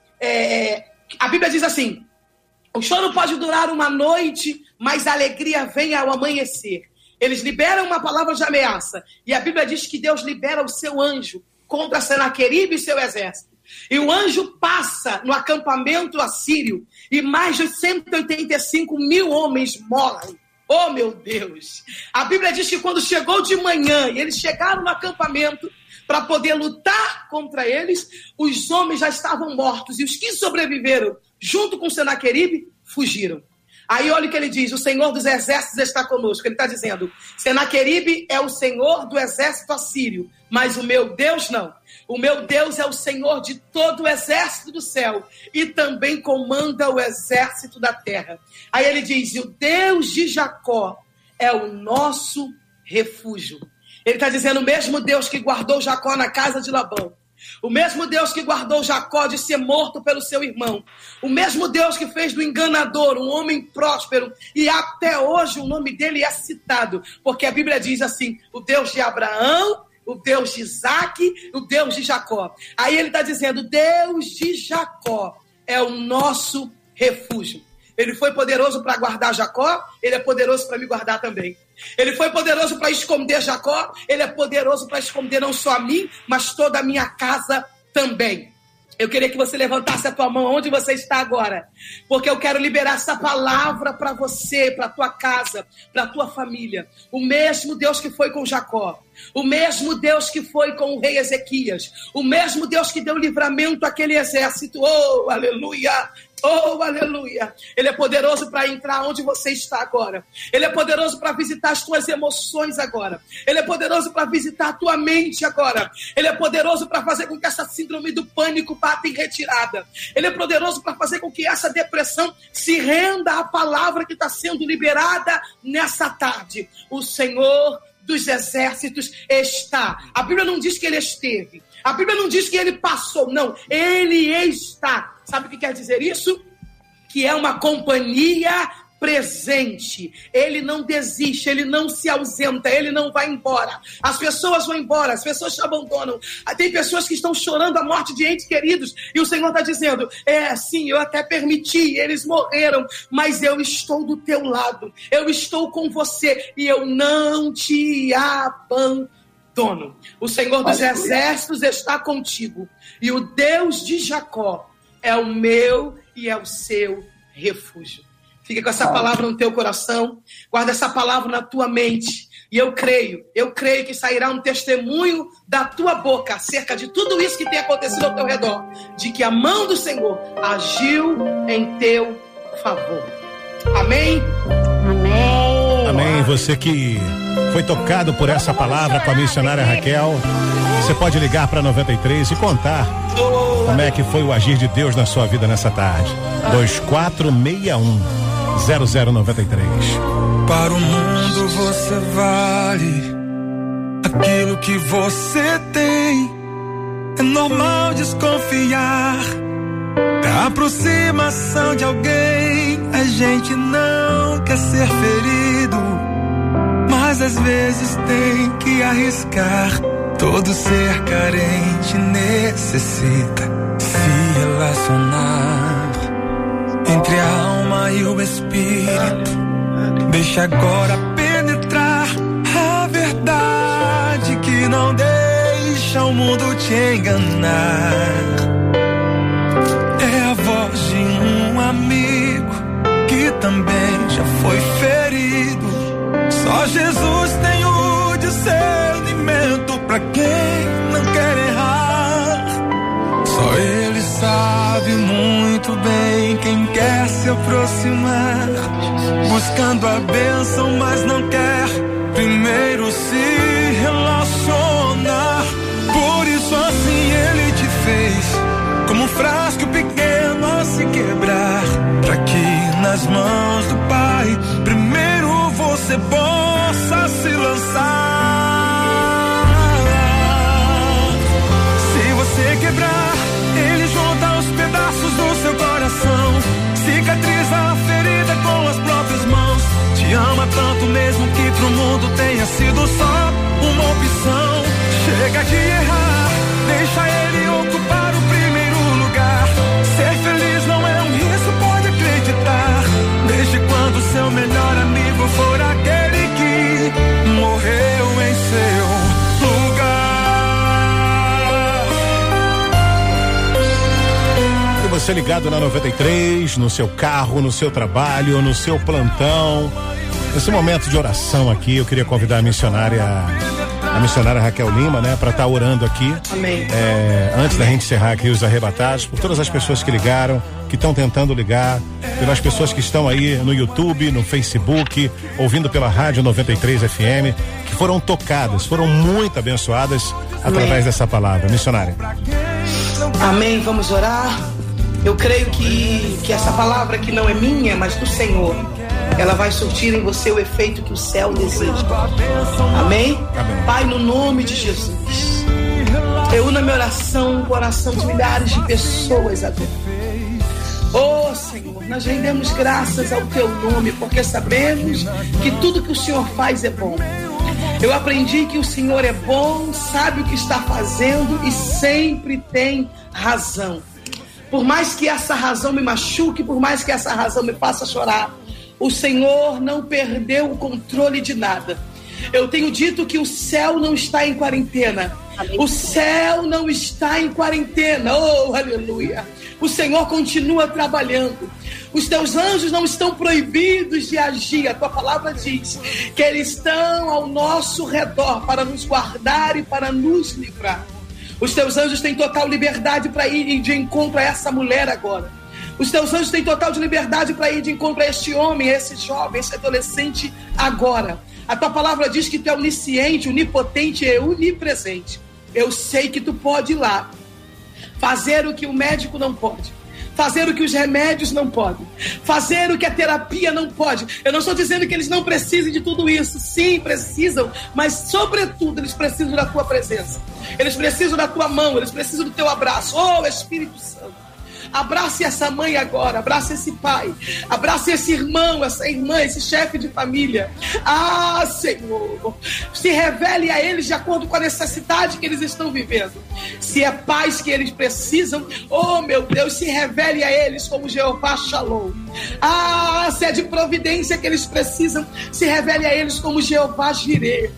A Bíblia diz assim: o choro pode durar uma noite, mas a alegria vem ao amanhecer. Eles liberam uma palavra de ameaça. E a Bíblia diz que Deus libera o seu anjo contra Senaqueribe e seu exército. E o anjo passa no acampamento assírio e mais de 185 mil homens morrem. Oh, meu Deus! A Bíblia diz que quando chegou de manhã e eles chegaram no acampamento para poder lutar contra eles, os homens já estavam mortos. E os que sobreviveram, junto com Senaqueribe, fugiram. Aí olha o que ele diz: o Senhor dos Exércitos está conosco. Ele está dizendo: Senaqueribe é o Senhor do exército assírio, mas o meu Deus não. O meu Deus é o Senhor de todo o exército do céu e também comanda o exército da terra. Aí ele diz: o Deus de Jacó é o nosso refúgio. Ele está dizendo: o mesmo Deus que guardou Jacó na casa de Labão, o mesmo Deus que guardou Jacó de ser morto pelo seu irmão, o mesmo Deus que fez do enganador um homem próspero, e até hoje o nome dele é citado, porque a Bíblia diz assim: o Deus de Abraão, o Deus de Isaac, o Deus de Jacó. Aí ele está dizendo: Deus de Jacó é o nosso refúgio. Ele foi poderoso para guardar Jacó, ele é poderoso para me guardar também. Ele foi poderoso para esconder Jacó, ele é poderoso para esconder não só a mim, mas toda a minha casa também. Eu queria que você levantasse a tua mão onde você está agora, porque eu quero liberar essa palavra para você, para a tua casa, para a tua família. O mesmo Deus que foi com Jacó, o mesmo Deus que foi com o rei Ezequias, o mesmo Deus que deu livramento àquele exército, oh, aleluia, Oh, aleluia. Ele é poderoso para entrar onde você está agora. Ele é poderoso para visitar as tuas emoções agora. Ele é poderoso para visitar a tua mente agora. Ele é poderoso para fazer com que essa síndrome do pânico bata em retirada. Ele é poderoso para fazer com que essa depressão se renda à palavra que está sendo liberada nessa tarde. O Senhor dos exércitos está. A Bíblia não diz que ele esteve. A Bíblia não diz que ele passou. Não, ele está. Sabe o que quer dizer isso? Que é uma companhia presente. Ele não desiste, ele não se ausenta, ele não vai embora. As pessoas vão embora, as pessoas te abandonam. Tem pessoas que estão chorando a morte de entes queridos e o Senhor está dizendo, sim, eu até permiti, eles morreram, mas eu estou do teu lado, eu estou com você e eu não te abandono. O Senhor dos exércitos está contigo e o Deus de Jacó é o meu e é o seu refúgio. Fica com essa palavra no teu coração, guarda essa palavra na tua mente. E eu creio que sairá um testemunho da tua boca acerca de tudo isso que tem acontecido ao teu redor, de que a mão do Senhor agiu em teu favor. Amém? Amém. Amém. Você que foi tocado por essa palavra com a missionária Raquel, você pode ligar para 93 e contar como é que foi o agir de Deus na sua vida nessa tarde. 2461-0093. Para o mundo você vale aquilo que você tem. É normal desconfiar da aproximação de alguém. A gente não quer ser ferido, mas às vezes tem que arriscar. Todo ser carente necessita se relacionar entre a alma e o espírito. Deixa agora penetrar a verdade que não deixa o mundo te enganar. É a voz de um amigo que também já foi ferido. Só Jesus tem o discernimento pra quem não quer errar. Só Ele sabe muito bem quem quer se aproximar, buscando a bênção, mas não quer primeiro se relacionar. Por isso assim Ele te fez, como um frasco pequeno a se quebrar, pra que nas mãos do Pai primeiro você possa se lançar. Se você quebrar, Ele junta os pedaços do seu coração, cicatriza a ferida com as próprias mãos. Te ama tanto mesmo que pro mundo tenha sido só uma opção. Chega de errar, deixa Ele ocupar o primeiro lugar. Ser feliz não é um risco, pode acreditar. Desde quando seu melhor amigo for aquele que morreu em seu lugar. E você ligado na 93, no seu carro, no seu trabalho, no seu plantão. Nesse momento de oração aqui, eu queria convidar a missionária Raquel Lima, né, para estar orando aqui. Amém. Antes da gente encerrar aqui os arrebatados, por todas as pessoas que ligaram, que estão tentando ligar, pelas pessoas que estão aí no YouTube, no Facebook, ouvindo pela Rádio 93 FM, que foram tocadas, foram muito abençoadas através dessa palavra. Missionária. Amém, vamos orar. Eu creio que essa palavra que não é minha, mas do Senhor, ela vai surtir em você o efeito que o céu deseja. Amém? Amém. Pai, no nome de Jesus, eu uno a minha oração com o coração de milhares de pessoas agora. Oh Senhor, nós rendemos graças ao teu nome, porque sabemos que tudo que o Senhor faz é bom. Eu aprendi que o Senhor é bom, sabe o que está fazendo e sempre tem razão. Por mais que essa razão me machuque, por mais que essa razão me faça chorar, o Senhor não perdeu o controle de nada. Eu tenho dito que o céu não está em quarentena. O céu não está em quarentena. Oh, aleluia. O Senhor continua trabalhando. Os teus anjos não estão proibidos de agir. A tua palavra diz que eles estão ao nosso redor para nos guardar e para nos livrar. Os teus anjos têm total liberdade para ir de encontro a essa mulher agora. Os teus anjos têm total de liberdade para ir de encontro a este homem, a esse jovem, a esse adolescente agora. A tua palavra diz que tu é onisciente, onipotente e onipresente. Eu sei que tu pode ir lá, fazer o que o médico não pode, fazer o que os remédios não podem, fazer o que a terapia não pode. Eu não estou dizendo que eles não precisem de tudo isso. Sim, precisam, mas sobretudo eles precisam da tua presença. Eles precisam da tua mão, eles precisam do teu abraço. Oh, Espírito Santo, abrace essa mãe agora, abrace esse pai, abrace esse irmão, essa irmã, esse chefe de família. Ah, Senhor, se revele a eles de acordo com a necessidade que eles estão vivendo. Se é paz que eles precisam, oh meu Deus, se revele a eles como Jeová Shalom. Ah, se é de providência que eles precisam, se revele a eles como Jeová Jireh.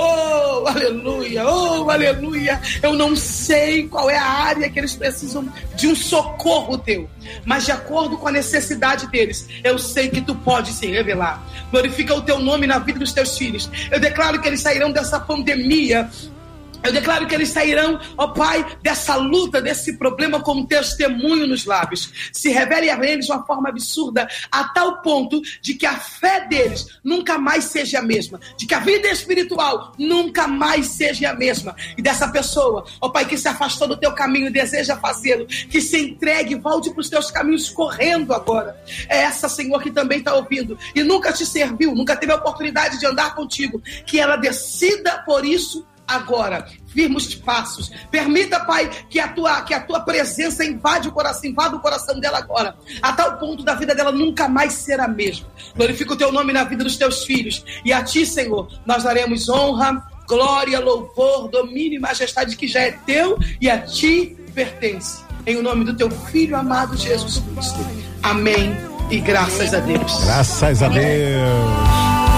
Oh, aleluia, oh, aleluia. Eu não sei qual é a área que eles precisam de um socorro teu, mas de acordo com a necessidade deles, eu sei que tu pode se revelar. Glorifica o teu nome na vida dos teus filhos. Eu declaro que eles sairão dessa pandemia. Eu declaro que eles sairão, ó Pai, dessa luta, desse problema com um testemunho nos lábios. Se revele a eles de uma forma absurda, a tal ponto de que a fé deles nunca mais seja a mesma, de que a vida espiritual nunca mais seja a mesma. E dessa pessoa, ó Pai, que se afastou do teu caminho e deseja fazê-lo, que se entregue, volte para os teus caminhos correndo agora. É essa, Senhor, que também está ouvindo e nunca te serviu, nunca teve a oportunidade de andar contigo, que ela decida por isso agora, firmes passos. Permita, Pai, que a tua presença invada o coração dela agora, a tal ponto da vida dela nunca mais ser a mesma. Glorifica o teu nome na vida dos teus filhos. E a ti, Senhor, nós daremos honra, glória, louvor, domínio e majestade que já é teu e a ti pertence. Em o nome do teu Filho amado Jesus Cristo. Amém e graças a Deus. Graças a Deus.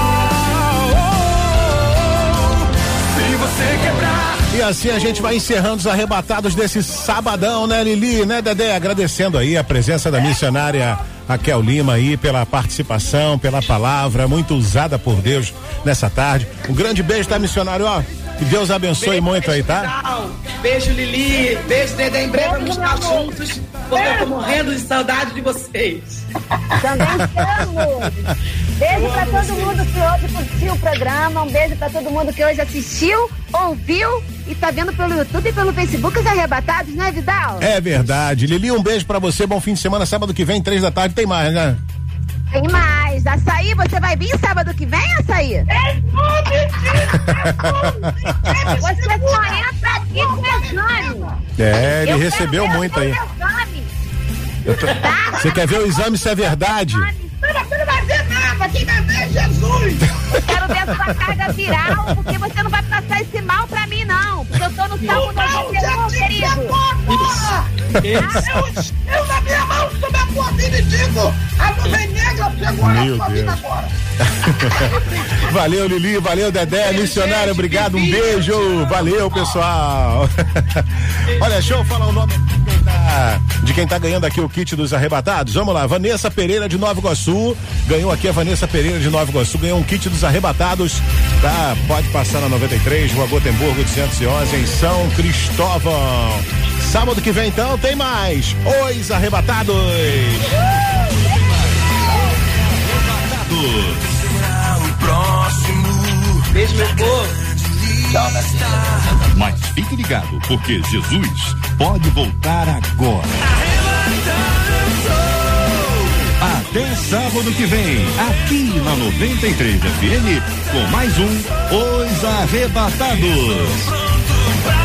E assim a gente vai encerrando os arrebatados desse sabadão, né, Lili, né, Dedé? Agradecendo aí a presença da missionária Raquel Lima aí pela participação, pela palavra muito usada por Deus nessa tarde. Um grande beijo, tá, missionário? Ó, que Deus abençoe beijo, muito aí, tá? Beijo, Lili. Beijo, Dedé. Em breve vamos estar juntos, porque eu tô morrendo de saudade de vocês. Também estamos. Beijo pra todo mundo que hoje curtiu o programa. Um beijo pra todo mundo que hoje assistiu, ouviu e tá vendo pelo YouTube e pelo Facebook os arrebatados, né, Vidal? É verdade. Lili, um beijo pra você. Bom fim de semana. Sábado que vem, 3 da tarde, tem mais, né? Tem mais. Açaí, você vai vir sábado que vem, Açaí? Você só entra aqui com exame. É, ele recebeu muito aí. Você quer ver o exame se é verdade? Você não vai ver nada, quem vai ver é Jesus. Eu quero ver a sua carga viral, porque você não vai passar esse mal pra mim, não. Porque eu tô no Salmo 91, querido. Eu na minha mão sobre a tua vida e digo, a nuvem negra pegou na tua vida agora. Valeu, Lili, valeu, Dedé, missionário, obrigado, um beijo, valeu, pessoal. Olha, deixa eu falar o nome de quem tá ganhando aqui o kit dos arrebatados. Vamos lá, Vanessa Pereira de Nova Iguaçu, ganhou aqui a Vanessa Pereira de Nova Iguaçu, ganhou um kit dos arrebatados, tá? Pode passar na 93, Rua Gotemburgo 211, em São Cristóvão. Sábado que vem, então, tem mais Os Arrebatados. Será o próximo. Beijo, meu povo. Tchau, Mas fique ligado, porque Jesus pode voltar agora. Até sábado que vem, aqui na 93 FM, com mais um Os Arrebatados.